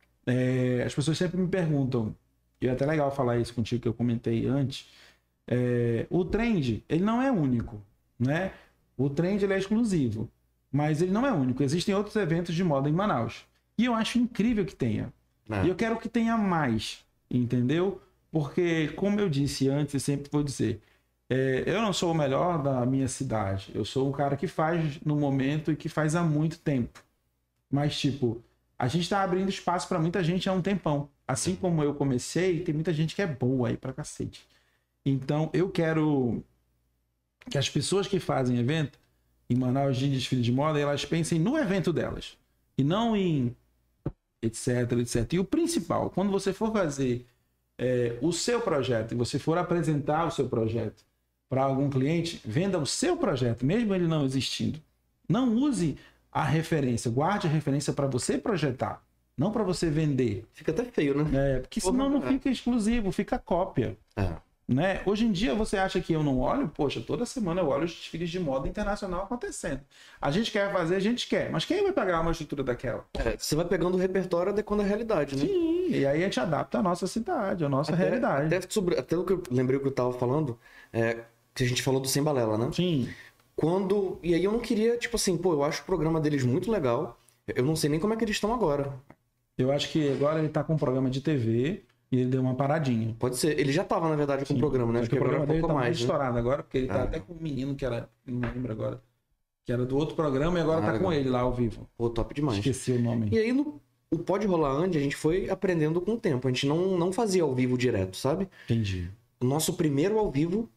as pessoas sempre me perguntam, e é até legal falar isso contigo, que eu comentei antes, o trend, ele não é único, né? O trend, ele é exclusivo, mas ele não é único. Existem outros eventos de moda em Manaus. E eu acho incrível que tenha. E eu quero que tenha mais, entendeu? Porque, como eu disse antes, e sempre vou dizer, eu não sou o melhor da minha cidade. Eu sou um cara que faz no momento e que faz há muito tempo. Mas, tipo, a gente tá abrindo espaço para muita gente há um tempão. Assim como eu comecei, tem muita gente que é boa aí pra cacete. Então, eu quero que as pessoas que fazem evento em Manaus de desfile de moda, elas pensem no evento delas. E não em etc, etc. E o principal, quando você for fazer o seu projeto e você for apresentar o seu projeto para algum cliente, venda o seu projeto, mesmo ele não existindo. Não use a referência, guarde a referência para você projetar, não para você vender. Fica até feio, né? Porque senão não fica exclusivo, fica cópia. Né? Hoje em dia você acha que eu não olho? Poxa, toda semana eu olho os desfiles de moda internacional acontecendo. A gente quer fazer, a gente quer. Mas quem vai pagar uma estrutura daquela? Você vai pegando o repertório adequando a realidade, né? Sim, e aí a gente adapta a nossa cidade, a nossa realidade. Até o que eu lembrei que eu tava falando, que a gente falou do Sem Balela, né? Sim. E aí eu não queria, tipo assim, eu acho o programa deles muito legal. Eu não sei nem como é que eles estão agora. Eu acho que agora ele tá com um programa de TV... E ele deu uma paradinha. Pode ser. Ele já tava, na verdade, com o programa, né? Acho que o programa dele tá mais, muito estourado agora, porque ele tá até com um menino que era... Não lembro agora. Que era do outro programa e agora tá legal. Com ele lá ao vivo. Pô, top demais. Esqueci o nome. E aí, o Pode Rolar Andy, a gente foi aprendendo com o tempo. A gente não fazia ao vivo direto, sabe? Entendi. O nosso primeiro ao vivo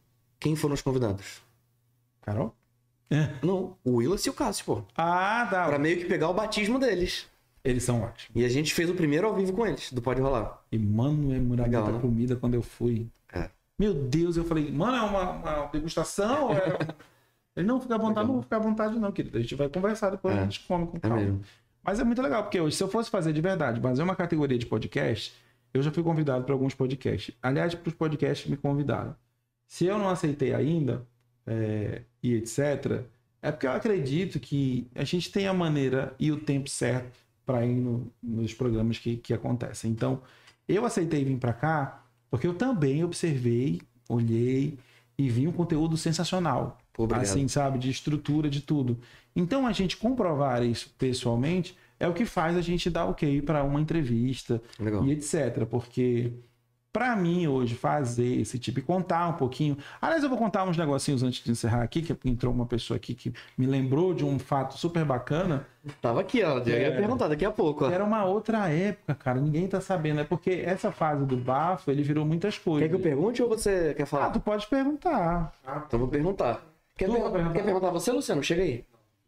Quem foram os convidados? Carol? Não, o Willis e o Cássio, pô. Ah, dá. Pra meio que pegar o batismo deles. Eles são ótimos. E a gente fez o primeiro ao vivo com eles, do Pode Rolar. E, mano, é muita Legal, né? comida quando eu fui. É. Meu Deus, eu falei, mano, é uma degustação? Ele, não, fica à vontade, não vou ficar à vontade não, querido. A gente vai conversar depois, a gente come com calma. Mesmo. Mas é muito legal, porque hoje, se eu fosse fazer de verdade, fazer uma categoria de podcast, eu já fui convidado para alguns podcasts. Aliás, para os podcasts que me convidaram. Se eu não aceitei ainda, e etc., é porque eu acredito que a gente tem a maneira e o tempo certo para ir nos programas que acontecem. Então, eu aceitei vir para cá porque eu também observei, olhei e vi um conteúdo sensacional. Pô, obrigado. Assim, sabe? De estrutura, de tudo. Então, a gente comprovar isso pessoalmente é o que faz a gente dar ok para uma entrevista. Legal. E etc. Porque, para mim, hoje, fazer esse tipo e contar um pouquinho... Aliás, eu vou contar uns negocinhos antes de encerrar aqui, que entrou uma pessoa aqui que me lembrou de um fato super bacana. Tava aqui, ó. Já ia perguntar daqui a pouco, ó. Era uma outra época, cara. Ninguém tá sabendo. É porque essa fase do bafo, ele virou muitas coisas. Quer que eu pergunte ou você quer falar? Tu pode perguntar. Então vou perguntar. Quer perguntar você, Luciano? Chega aí.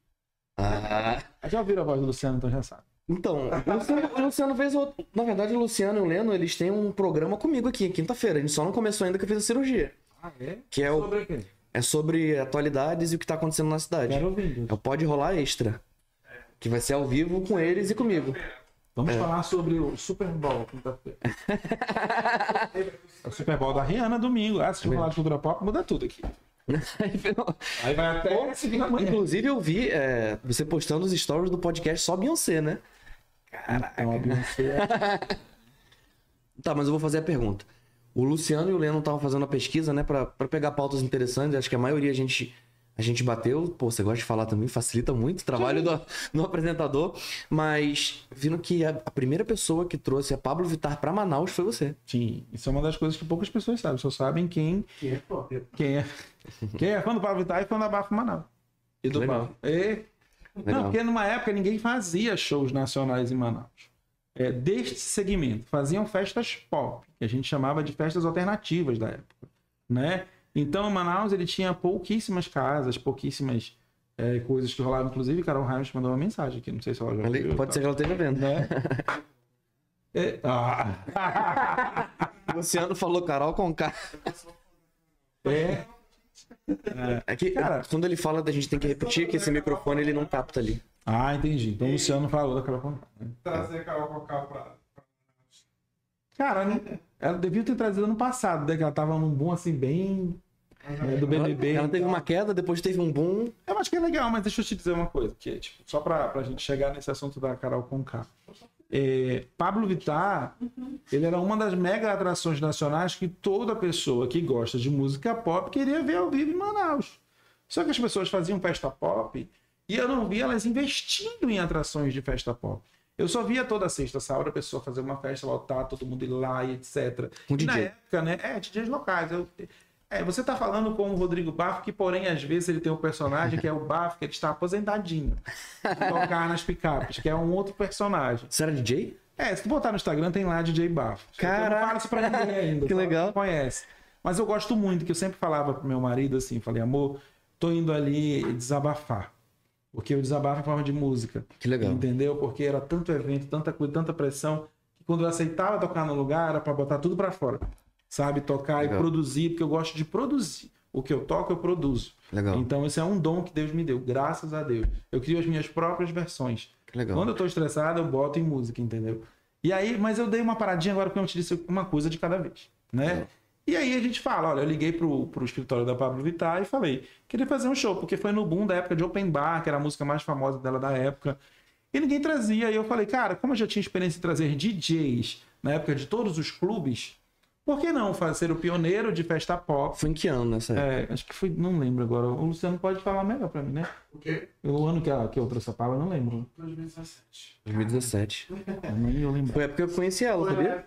Já ouviram a voz do Luciano, então já sabe. Então, o Luciano fez outro. Na verdade, o Luciano e o Leno, eles têm um programa comigo aqui, quinta-feira. A gente só não começou ainda que eu fiz a cirurgia. Ah, é? Que é Sobre o quê? É sobre atualidades e o que tá acontecendo na cidade. Quero ouvir. É o Pode Rolar Extra. Que vai ser ao vivo com eles e comigo. Vamos falar sobre o Super Bowl quinta-feira. É o Super Bowl da Rihanna domingo. Se a gente falar de cultura pop, muda tudo aqui. Aí vai até segunda manhã. Inclusive, eu vi você postando os stories do podcast só Beyoncé, né? Caraca. Então, a Beyoncé... Tá, mas eu vou fazer a pergunta. O Luciano e o Leno estavam fazendo a pesquisa, né? Pra pegar pautas interessantes. Acho que a maioria a gente bateu. Pô, você gosta de falar também, facilita muito o trabalho do apresentador. Mas viram que a primeira pessoa que trouxe a Pablo Vittar pra Manaus foi você. Sim, isso é uma das coisas que poucas pessoas sabem. Só sabem quem é fã do Pablo Vittar e fã da Bafo Manaus. E do Legal. Bafo. Não, porque numa época ninguém fazia shows nacionais em Manaus. Deste segmento. Faziam festas pop, que a gente chamava de festas alternativas da época, né? Então, em Manaus, ele tinha pouquíssimas casas, pouquíssimas coisas que rolavam. Inclusive, Carol Reis mandou uma mensagem aqui, não sei se ela já viu. Pode ser que ela esteja vendo. Né? O Luciano falou Carol com K. É que, cara, quando ele fala, a gente tem que repetir que esse microfone ele não capta ali. Entendi. Então o Luciano falou da Carol Conká. Trazer a Carol Conká pra... Cara, ela devia ter trazido ano passado, né? Que ela tava num boom assim, bem... do BBB. Ela teve uma queda, depois teve um boom. Eu acho que é legal, mas deixa eu te dizer uma coisa. Que, tipo, só pra gente chegar nesse assunto da Carol Conká. Pablo Vittar, ele era uma das mega atrações nacionais que toda pessoa que gosta de música pop queria ver ao vivo em Manaus. Só que as pessoas faziam festa pop e eu não via elas investindo em atrações de festa pop. Eu só via toda sexta, sábado, a pessoa fazer uma festa, lotar, todo mundo ir lá e etc. Um DJ. Na época, né? DJs locais. Você tá falando com o Rodrigo Bafo, que porém, às vezes, ele tem um personagem que é o Bafo, que ele está aposentadinho. Tocar nas picapes, que é um outro personagem. Você era DJ? Se tu botar no Instagram, tem lá DJ Bafo. Caraca! Eu não falo isso pra ninguém ainda. Que legal. Conhece. Mas eu gosto muito, que eu sempre falava pro meu marido assim, falei, amor, tô indo ali desabafar. Porque eu desabafo em forma de música. Que legal. Entendeu? Porque era tanto evento, tanta coisa, tanta pressão, que quando eu aceitava tocar no lugar, era pra botar tudo pra fora. Sabe? Tocar legal. E produzir, porque eu gosto de produzir. O que eu toco, eu produzo. Legal. Então, esse é um dom que Deus me deu, graças a Deus. Eu crio as minhas próprias versões. Que legal. Quando eu tô estressado, eu boto em música, entendeu? E aí, mas eu dei uma paradinha agora, porque eu te disse uma coisa de cada vez, né? E aí a gente fala, olha, eu liguei pro escritório da Pablo Vittar e falei, queria fazer um show, porque foi no boom da época de Open Bar, que era a música mais famosa dela da época. E ninguém trazia. E eu falei, cara, como eu já tinha experiência em trazer DJs na época de todos os clubes, por que não ser o pioneiro de festa pop? Foi em que ano nessa época? Acho que foi, não lembro agora. O Luciano pode falar melhor pra mim, né? O quê? O ano que eu trouxe a Pablo, eu não lembro. 2017. 2017. Nem eu lembro. Foi a época que eu conheci ela, sabia?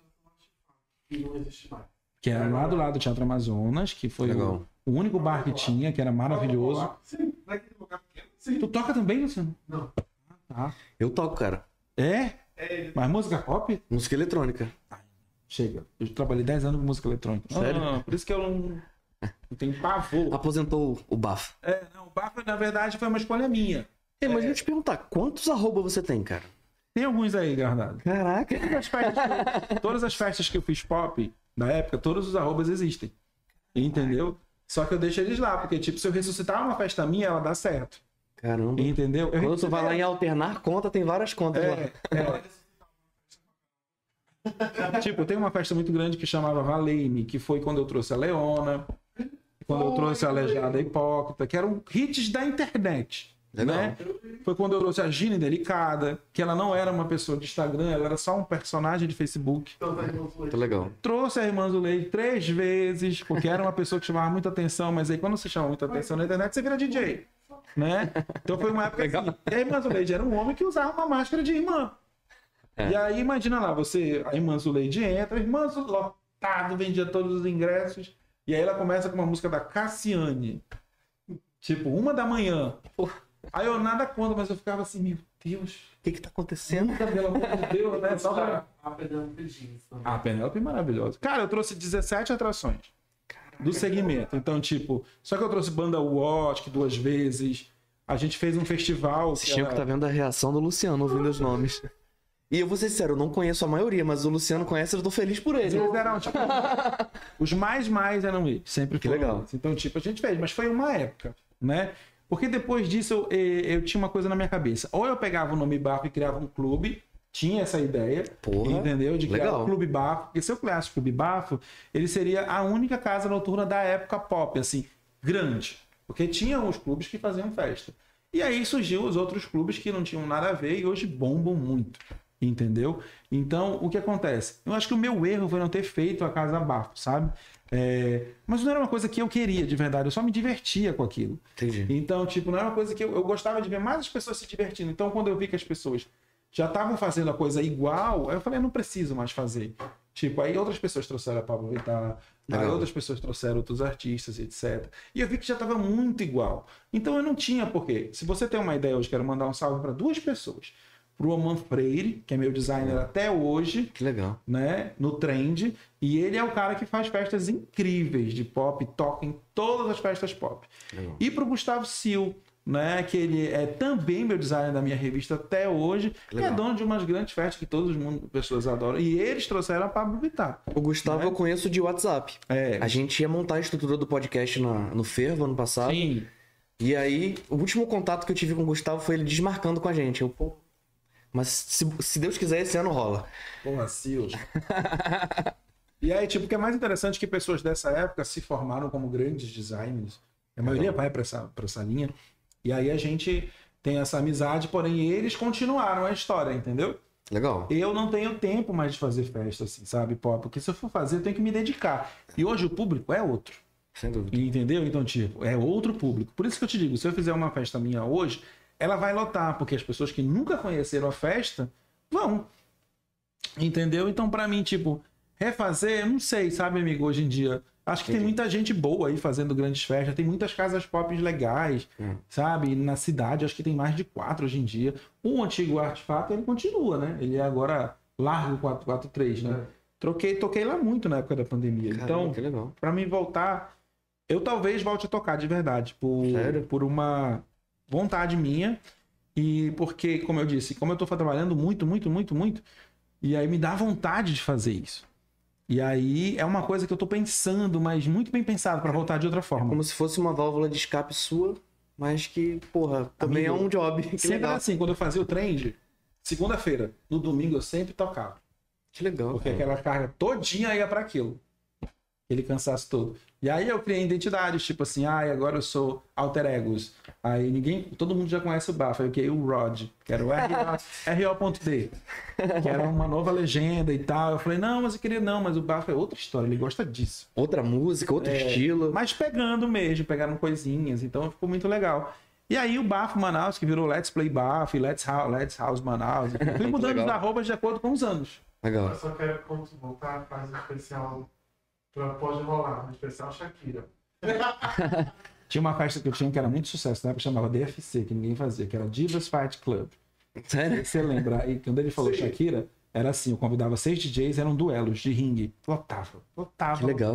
E não existe mais. Que era lá do lado do Teatro Amazonas, que foi o único bar que tinha, que era maravilhoso. Sim, naquele lugar pequeno. Sim. Tu toca também, Luciano? Não. Tá. Eu toco, cara. Mas música pop? Música eletrônica. Chega. Eu trabalhei 10 anos com música eletrônica. Sério? Por isso que eu não... Eu tenho pavor. Aposentou o bafo. Não, o bafo, na verdade, foi uma escolha minha. Mas deixa eu te perguntar, quantos arroba você tem, cara? Tem alguns aí, guardado. Caraca. Todas as festas que eu fiz pop, na época, todos os arrobas existem. Entendeu? Só que eu deixo eles lá, porque, tipo, se eu ressuscitar uma festa minha, ela dá certo. Caramba. Entendeu? Quando tu vai lá em alternar conta, tem várias contas lá. Tipo, tem uma festa muito grande que chamava Valei-me, que foi quando eu trouxe a Leona, quando eu trouxe a Aleijada Hipócrita, que eram hits da internet. Legal. Né? Foi quando eu trouxe a Gina Delicada, que ela não era uma pessoa de Instagram, ela era só um personagem de Facebook. Muito legal. Trouxe a Irmã Zuleide 3 vezes, porque era uma pessoa que chamava muita atenção, mas aí quando você chama muita atenção na internet, você vira DJ. Né? Então foi uma época assim. E a Irmã Zuleide era um homem que usava uma máscara de irmã. E aí, imagina lá, a Irmã Zuleide entra, a Irmã Zuleide lotado, vendia todos os ingressos, e aí ela começa com uma música da Cassiane. Tipo, 1h. Aí eu nada contra, mas eu ficava assim, meu Deus. O que tá acontecendo? Pelo amor de Deus, né? Só pra... A Penélope Jeans também. A Penélope é maravilhosa. Cara, eu trouxe 17 atrações do segmento. Então, tipo, só que eu trouxe banda Watch 2 vezes. A gente fez um festival. O Chico tá vendo a reação do Luciano ouvindo os nomes. E eu vou ser sincero, eu não conheço a maioria, mas o Luciano conhece, eu tô feliz por ele. Eles eram, tipo, os mais eram eles. Sempre Que foram legal. eles. Então, tipo, a gente fez, mas foi uma época, né? Porque depois disso eu tinha uma coisa na minha cabeça. Ou eu pegava o nome Bafo e criava um clube, tinha essa ideia, Porra, entendeu? De criar legal. um clube Bafo. Porque se eu criasse o clube Bafo, ele seria a única casa noturna da época pop, assim, grande. Porque tinham os clubes que faziam festa. E aí surgiu os outros clubes que não tinham nada a ver e hoje bombam muito. Entendeu? Então, o que acontece? Eu acho que o meu erro foi não ter feito a Casa Bafo, sabe? Mas não era uma coisa que eu queria, de verdade. Eu só me divertia com aquilo. Entendi. Então, tipo, não era uma coisa que eu gostava de ver mais as pessoas se divertindo. Então, quando eu vi que as pessoas já estavam fazendo a coisa igual, aí eu falei, eu não preciso mais fazer. Tipo, aí outras pessoas trouxeram a Pablo Vittar, aí outras pessoas trouxeram outros artistas, etc. E eu vi que já estava muito igual. Então, eu não tinha porquê. Se você tem uma ideia hoje, quero mandar um salve para 2 pessoas. Pro Oman Freire, que é meu designer até hoje, Que legal. né, no Trend, e ele é o cara que faz festas incríveis de pop, toca em todas as festas pop. Legal. E pro Gustavo Sil, né, que ele é também meu designer da minha revista até hoje, que é Legal. dono de umas grandes festas que todas as pessoas adoram, e eles trouxeram a Pablo Vittar. O Gustavo eu conheço de WhatsApp. É. A gente ia montar a estrutura do podcast no Fervo ano passado. Sim. E aí, o último contato que eu tive com o Gustavo foi ele desmarcando com a gente. Pô, mas se Deus quiser, esse ano rola. Porra, Silas. E aí, tipo, o que é mais interessante é que pessoas dessa época se formaram como grandes designers. A maioria vai pra essa linha. E aí a gente tem essa amizade, porém eles continuaram a história, entendeu? Legal. Eu não tenho tempo mais de fazer festa, assim, sabe, pop? Porque se eu for fazer, eu tenho que me dedicar. E hoje o público é outro. Sem dúvida. Entendeu? Então, tipo, é outro público. Por isso que eu te digo, se eu fizer uma festa minha hoje, ela vai lotar, porque as pessoas que nunca conheceram a festa vão. Entendeu? Então, pra mim, tipo, refazer, eu não sei, sabe, amigo, hoje em dia. Acho que tem muita gente boa aí fazendo grandes festas, tem muitas casas pop legais, sabe? Na cidade, acho que tem mais de 4 hoje em dia. O antigo Artefato, ele continua, né? Ele é agora largo 443, né? Toquei lá muito na época da pandemia. Caramba, Então, que legal. pra mim voltar, eu talvez volte a tocar de verdade, Sério? por uma vontade minha e porque, como eu disse, como eu tô trabalhando muito, e aí me dá vontade de fazer isso. E aí é uma coisa que eu tô pensando, mas muito bem pensado pra voltar de outra forma. Como se fosse uma válvula de escape sua, mas que, porra, também Amigo, é um job. Que Sempre legal. assim, quando eu fazia o trend, segunda-feira, no domingo eu sempre tocava. Que legal. Porque cara. aquela carga todinha ia para aquilo. Aquele cansaço todo. E aí eu criei identidades, tipo assim, agora eu sou alter egos. Aí todo mundo já conhece o Bafo. Aí eu criei o Rod, que era o RO.D, que era uma nova legenda e tal. Eu falei, mas o Bafo é outra história, ele gosta disso. Outra música, outro estilo. Mas pegando mesmo, pegaram coisinhas, então ficou muito legal. E aí o Bafo Manaus, que virou Let's Play Bafo e Let's House Manaus. Fui mudando os arrobas de acordo com os anos. Legal. Eu só quero, quando tu voltar, faz um especial. Pode rolar, um especial Shakira. Tinha uma festa que eu tinha que era muito sucesso, né? Que chamava DFC, que ninguém fazia, que era Divas Fight Club. Sério? Você lembra? E quando ele falou Sim. Shakira, era assim, eu convidava 6 DJs, eram duelos de ringue. Lotava. Que legal. Lotava.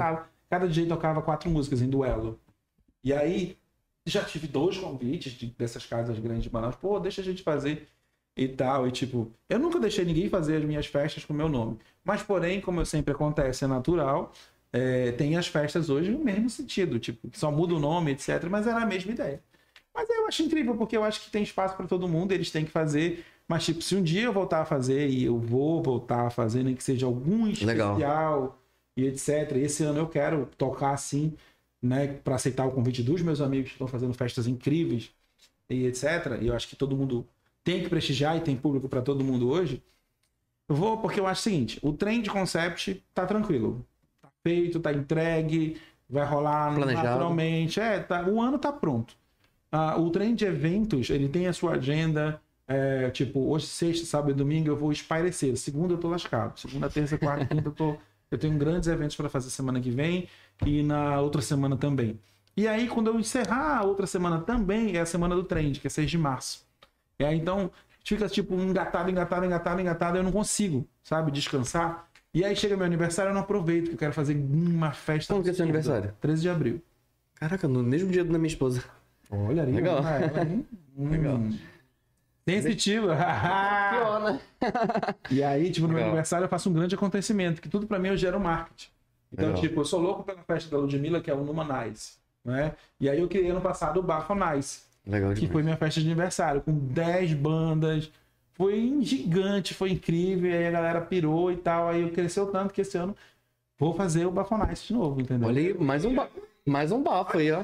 cada DJ tocava 4 músicas em duelo. E aí, já tive 2 convites dessas casas grandes de Manaus. Pô, deixa a gente fazer e tal. E tipo, eu nunca deixei ninguém fazer as minhas festas com o meu nome. Mas, porém, como sempre acontece, é natural, tem as festas hoje no mesmo sentido. Tipo, só muda o nome, etc. Mas era a mesma ideia. Mas eu acho incrível, porque eu acho que tem espaço para todo mundo, eles têm que fazer. Mas, tipo, se um dia eu voltar a fazer, e eu vou voltar a fazer, nem que seja algum especial e etc. Esse ano eu quero tocar assim, né, para aceitar o convite dos meus amigos que estão fazendo festas incríveis e etc. E eu acho que todo mundo tem que prestigiar e tem público para todo mundo hoje. Eu vou porque eu acho o seguinte, o trem de concept tá tranquilo. Tá feito, tá entregue, vai rolar planejado. Naturalmente. O ano tá pronto. O trem de eventos, ele tem a sua agenda. Tipo, hoje, sexta, sábado e domingo eu vou espairecer. Segunda eu tô lascado. Segunda, terça, quarta, quinta eu tenho grandes eventos para fazer semana que vem e na outra semana também. E aí, quando eu encerrar a outra semana também, é a semana do Trend, que é 6 de março. E aí, então, fica tipo engatado, eu não consigo, sabe, descansar. E aí chega meu aniversário, eu não aproveito, que eu quero fazer uma festa. Quando que é seu aniversário? 13 de abril. Caraca, no mesmo dia da minha esposa. Olha ali. Legal. Legal. Sensitivo. Pior, né? E aí, tipo, no meu Legal. aniversário eu faço um grande acontecimento, que tudo pra mim eu gero marketing. Então, Legal. tipo, eu sou louco pela festa da Ludmilla, que é o Numa Nice, né? E aí eu criei ano passado o Bafo Nice, Legal que demais. foi minha festa de aniversário, com 10 bandas. Foi gigante, foi incrível, e aí a galera pirou e tal. Aí eu cresceu tanto que esse ano vou fazer o Bafo Nice de novo, entendeu? Olha aí, mais um bafo aí, ó.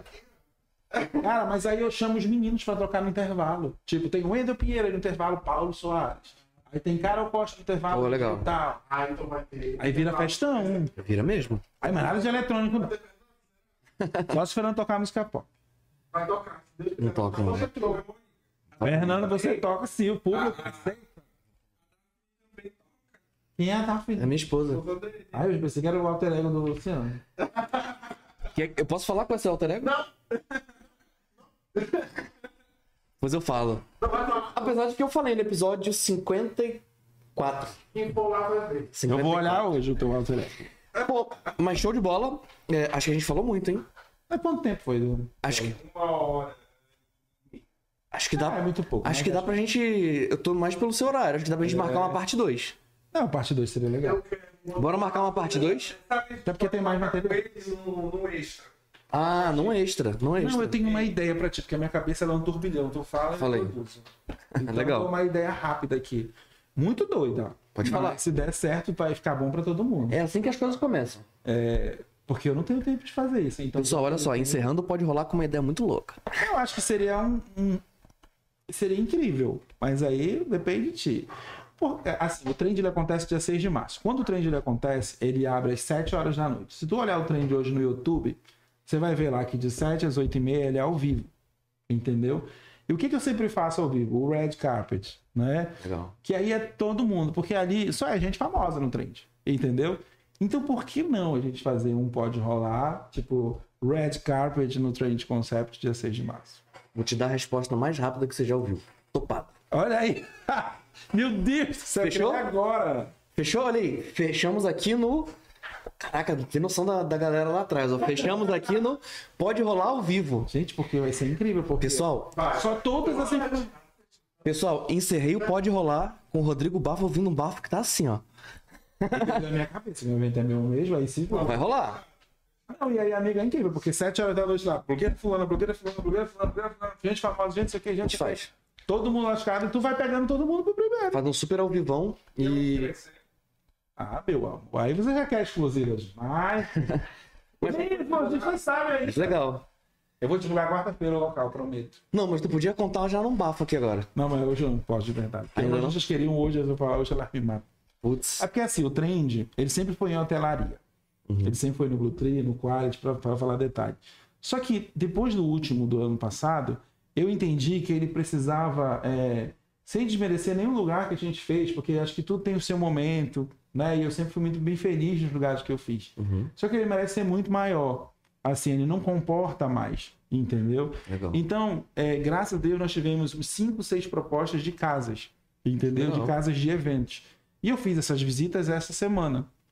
Cara, mas aí eu chamo os meninos pra tocar no intervalo. Tipo, tem o Wendel Pinheiro aí no intervalo, Paulo Soares. Aí tem Carol Costa no intervalo. Pô, legal. E tal. Então vai ter. Aí vira festão. Vira mesmo. Aí, mas nada de eletrônico, não. Só se Fernando tocar música pop. Vai tocar. Não toca, não. Fernando, você toca sim, o público aceita. Quem é a Daphne? É minha esposa. Ah, eu pensei que era o alter ego do Luciano. Eu posso falar com esse alter ego? Não. Pois eu falo. Apesar de que eu falei no episódio 54. Quem for lá vai ver. Eu vou olhar hoje o teu alter ego. Pô, mas show de bola. Acho que a gente falou muito, hein? Mas quanto tempo foi? Acho que, 1 hora. acho que dá. É muito pouco. Acho que dá pra gente. Eu tô mais pelo seu horário. Acho que dá pra gente marcar uma parte 2. Não, parte 2 seria legal. Bora marcar uma parte 2? Até porque tem mais material. No extra. Ah, não extra. Não extra. Não, eu tenho uma ideia pra ti, porque a minha cabeça ela é um turbilhão. Tu fala e Fala aí. eu produzo. Então, Legal. eu dou uma ideia rápida aqui. Muito doida. Pode Mas falar. se der certo, vai ficar bom pra todo mundo. É assim que as coisas começam. Porque eu não tenho tempo de fazer isso. Então, Pessoal, olha só. Encerrando pode rolar com uma ideia muito louca. eu acho que seria seria incrível. Mas aí depende de ti. Assim, o trend ele acontece dia 6 de março. Quando o trend ele acontece, ele abre às 7 horas da noite. Se tu olhar o trend hoje no YouTube, você vai ver lá que de 7 às 8h30 ele é ao vivo. Entendeu? E o que eu sempre faço ao vivo? O red carpet, né? Legal. Que aí é todo mundo, porque ali só é gente famosa no trend, entendeu? Então por que não a gente fazer um pode rolar, tipo, red carpet no Trend Concept dia 6 de março? Vou te dar a resposta mais rápida que você já ouviu. Topado. Olha aí! Meu Deus do céu, Fechou? que é agora! Fechou? Olha aí. Fechamos aqui no... Caraca, não tem noção da galera lá atrás. Ó. Fechamos aqui no Pode Rolar ao vivo. Gente, porque vai ser incrível, porque Pessoal, só todas assim... pessoal, encerrei o Pode Rolar com o Rodrigo Bafo ouvindo um bafo que tá assim, ó. na minha cabeça, meu evento é meu mesmo, aí sim... Vai rolar. Não, e aí, amiga, é incrível, porque 7 horas da noite lá, blogueira fulana, gente famosa, gente, isso aqui, A gente... gente faz. Todo mundo lascado e tu vai pegando todo mundo pro primeiro. Faz um super ao vivão e... Ah, meu amor, aí você já quer exclusiva demais. A gente já sabe aí. Mas legal. Eu vou divulgar quarta-feira o local, prometo. Não, mas tu podia contar já num bafo aqui agora. Não, mas hoje eu não posso de verdade. Porque Ainda as não? pessoas queriam hoje, eu vou falar, hoje ela me mata. Putz. É porque assim, o Trend, ele sempre foi em hotelaria. Ele sempre foi no Blue Tree, no Quality, pra falar detalhe. Só que depois do último do ano passado, eu entendi que ele precisava, sem desmerecer nenhum lugar que a gente fez, porque acho que tudo tem o seu momento, né? E eu sempre fui muito bem feliz nos lugares que eu fiz. Só que ele merece ser muito maior. Assim, ele não comporta mais, entendeu? Legal. Então, graças a Deus, nós tivemos 5, 6 propostas de casas, entendeu? Legal. De casas de eventos. E eu fiz essas visitas essa semana.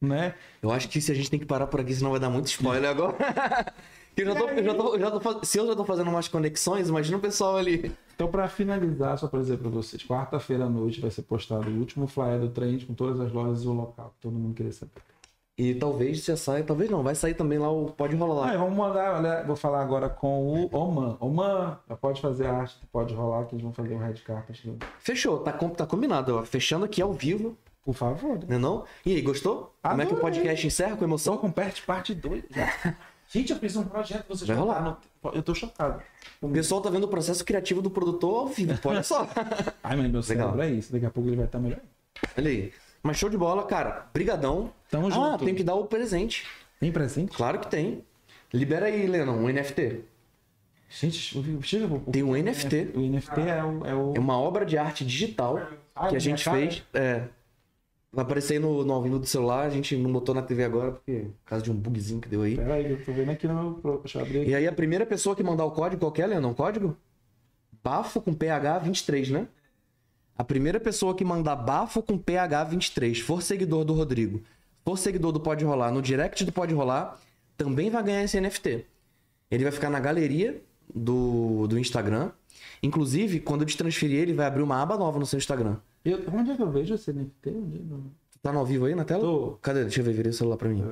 Né? Eu acho que se a gente tem que parar por aqui, senão vai dar muito spoiler agora. Se eu já tô fazendo umas conexões, imagina o pessoal ali. Então, para finalizar, só para dizer para vocês, quarta-feira à noite vai ser postado o último flyer do Trend com todas as lojas e o local. Todo mundo queria saber. E talvez já saia, talvez não, vai sair também lá o Pode Rolar lá. Vamos mandar, olha, vou falar agora com o Oman. Oman, já pode fazer a arte, pode rolar, que eles vão fazer o red carpet. Fechou, tá combinado, ó. Fechando aqui ao vivo, Por favor. né não? E aí, gostou? Como é que o podcast encerra com emoção? Só com parte 2 já. Gente, eu fiz um projeto, vocês Vai vão rolar. lá eu tô chocado. O pessoal tá vendo o processo criativo do produtor ao vivo, pô, olha só. Ai, mas meu cérebro Legal. é isso, daqui a pouco ele vai estar melhor. Olha aí. Mas show de bola, cara. Brigadão. Tamo junto. Tem que dar o presente. Tem presente? Claro que tem. Libera aí, Lennon, um NFT. Gente, Tem um NFT. O NFT é o... É uma obra de arte digital que a gente fez. Vai aparecer aí no ao vivo do celular. A gente não botou na TV agora, porque por causa de um bugzinho que deu aí. Pera aí, eu tô vendo aqui no meu... Deixa eu abrir aqui. E aí a primeira pessoa que mandar o código, qual que é, Lennon? Código? Bafo com PH 23, né? A primeira pessoa que mandar bafo com PH 23, for seguidor do Rodrigo, for seguidor do Pode Rolar, no direct do Pode Rolar, também vai ganhar esse NFT. Ele vai ficar na galeria do Instagram. Inclusive, quando eu te transferir, ele vai abrir uma aba nova no seu Instagram. Onde é que eu vejo esse NFT? Tá no ao vivo aí na tela? Tô. Cadê? Deixa eu ver, virei o celular pra mim.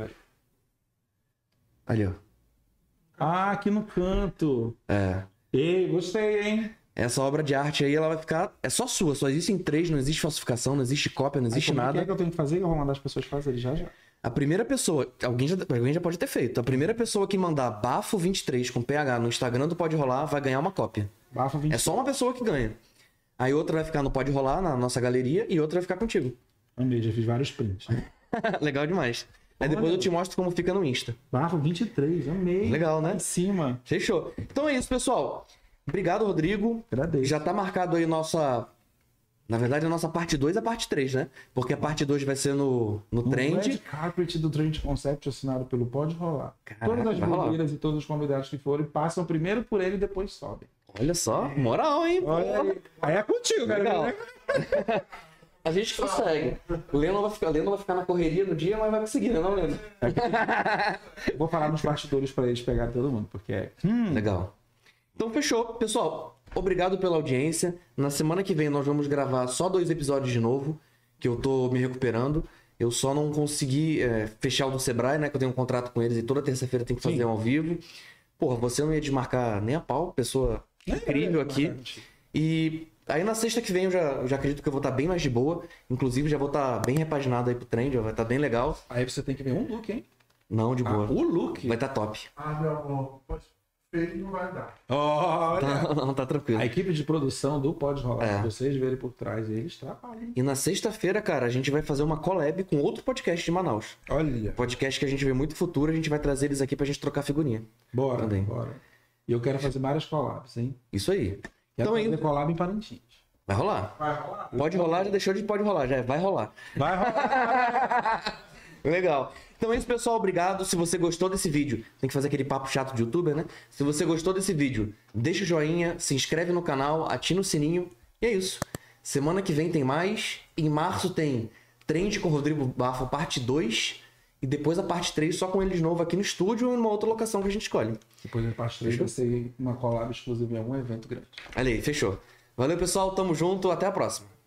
Ali, ó. Ah, aqui no canto. Ei, gostei, hein? Essa obra de arte aí, ela vai ficar... É só sua, só existem 3, não existe falsificação, não existe cópia, não existe Como nada. é que eu tenho que fazer? Eu vou mandar as pessoas fazerem já. A primeira pessoa... Alguém já pode ter feito. A primeira pessoa que mandar bafo23 com PH no Instagram do Pode Rolar vai ganhar uma cópia. Bafo 20. É só uma pessoa que ganha. Aí outra vai ficar no Pode Rolar, na nossa galeria, e outra vai ficar contigo. Amei, já fiz vários prints. Legal demais. Aí depois eu te mostro como fica no Insta. Bafo 23, amei. Legal, né? Em cima. Fechou. Então é isso, pessoal. Obrigado, Rodrigo. Agradeço. Já tá marcado aí nossa... Na verdade, a nossa parte 2 é a parte 3, né? Porque a parte 2 vai ser no O Trend. red carpet do Trend Concept assinado pelo Pode Rolar. Caraca, Todas as vai rolar. blogueiras e todos os convidados que forem passam primeiro por ele e depois sobem. Olha só, moral, hein? Olha aí. Aí é contigo, Legal. cara. A gente consegue. O Lennon vai ficar na correria no dia, mas vai conseguir, né, não, Lennon? Vou falar nos bastidores pra eles pegarem todo mundo, porque é... Legal. Então, fechou. Pessoal, obrigado pela audiência. Na semana que vem nós vamos gravar só 2 episódios de novo, que eu tô me recuperando. Eu só não consegui fechar o do Sebrae, né? Que eu tenho um contrato com eles e toda terça-feira tem que fazer um ao vivo. Porra, você não ia desmarcar nem a pau, pessoa incrível aqui. E aí na sexta que vem eu já acredito que eu vou estar bem mais de boa. Inclusive já vou estar bem repaginado aí pro Trend, vai estar bem legal. Aí você tem que ver um look, hein? Não, de boa. O look? Vai estar top. Meu amor, feio não vai dar. Olha! Não, tá tranquilo. A equipe de produção do Pode Rolar, se vocês verem por trás, eles trabalham. E na sexta-feira, cara, a gente vai fazer uma collab com outro podcast de Manaus. Olha! Podcast que a gente vê muito futuro, a gente vai trazer eles aqui pra gente trocar figurinha. Bora, Também. bora. E eu quero fazer várias collabs, hein? Isso aí. Quero Então fazer aí, collab em Parintins. vai rolar. Vai rolar? Pode rolar, já deixou de pode rolar, já vai rolar. Vai rolar! Legal. Então é isso, pessoal. Obrigado. Se você gostou desse vídeo, tem que fazer aquele papo chato de youtuber, né? Se você gostou desse vídeo, deixa o joinha, se inscreve no canal, ativa o sininho. E é isso. Semana que vem tem mais. Em março tem Trend com Rodrigo Bafo, parte 2. E depois a parte 3 só com ele de novo aqui no estúdio ou em uma outra locação que a gente escolhe. Depois da parte 3 vai ser uma collab exclusiva em algum evento grande. Olha aí, fechou. Valeu, pessoal. Tamo junto. Até a próxima.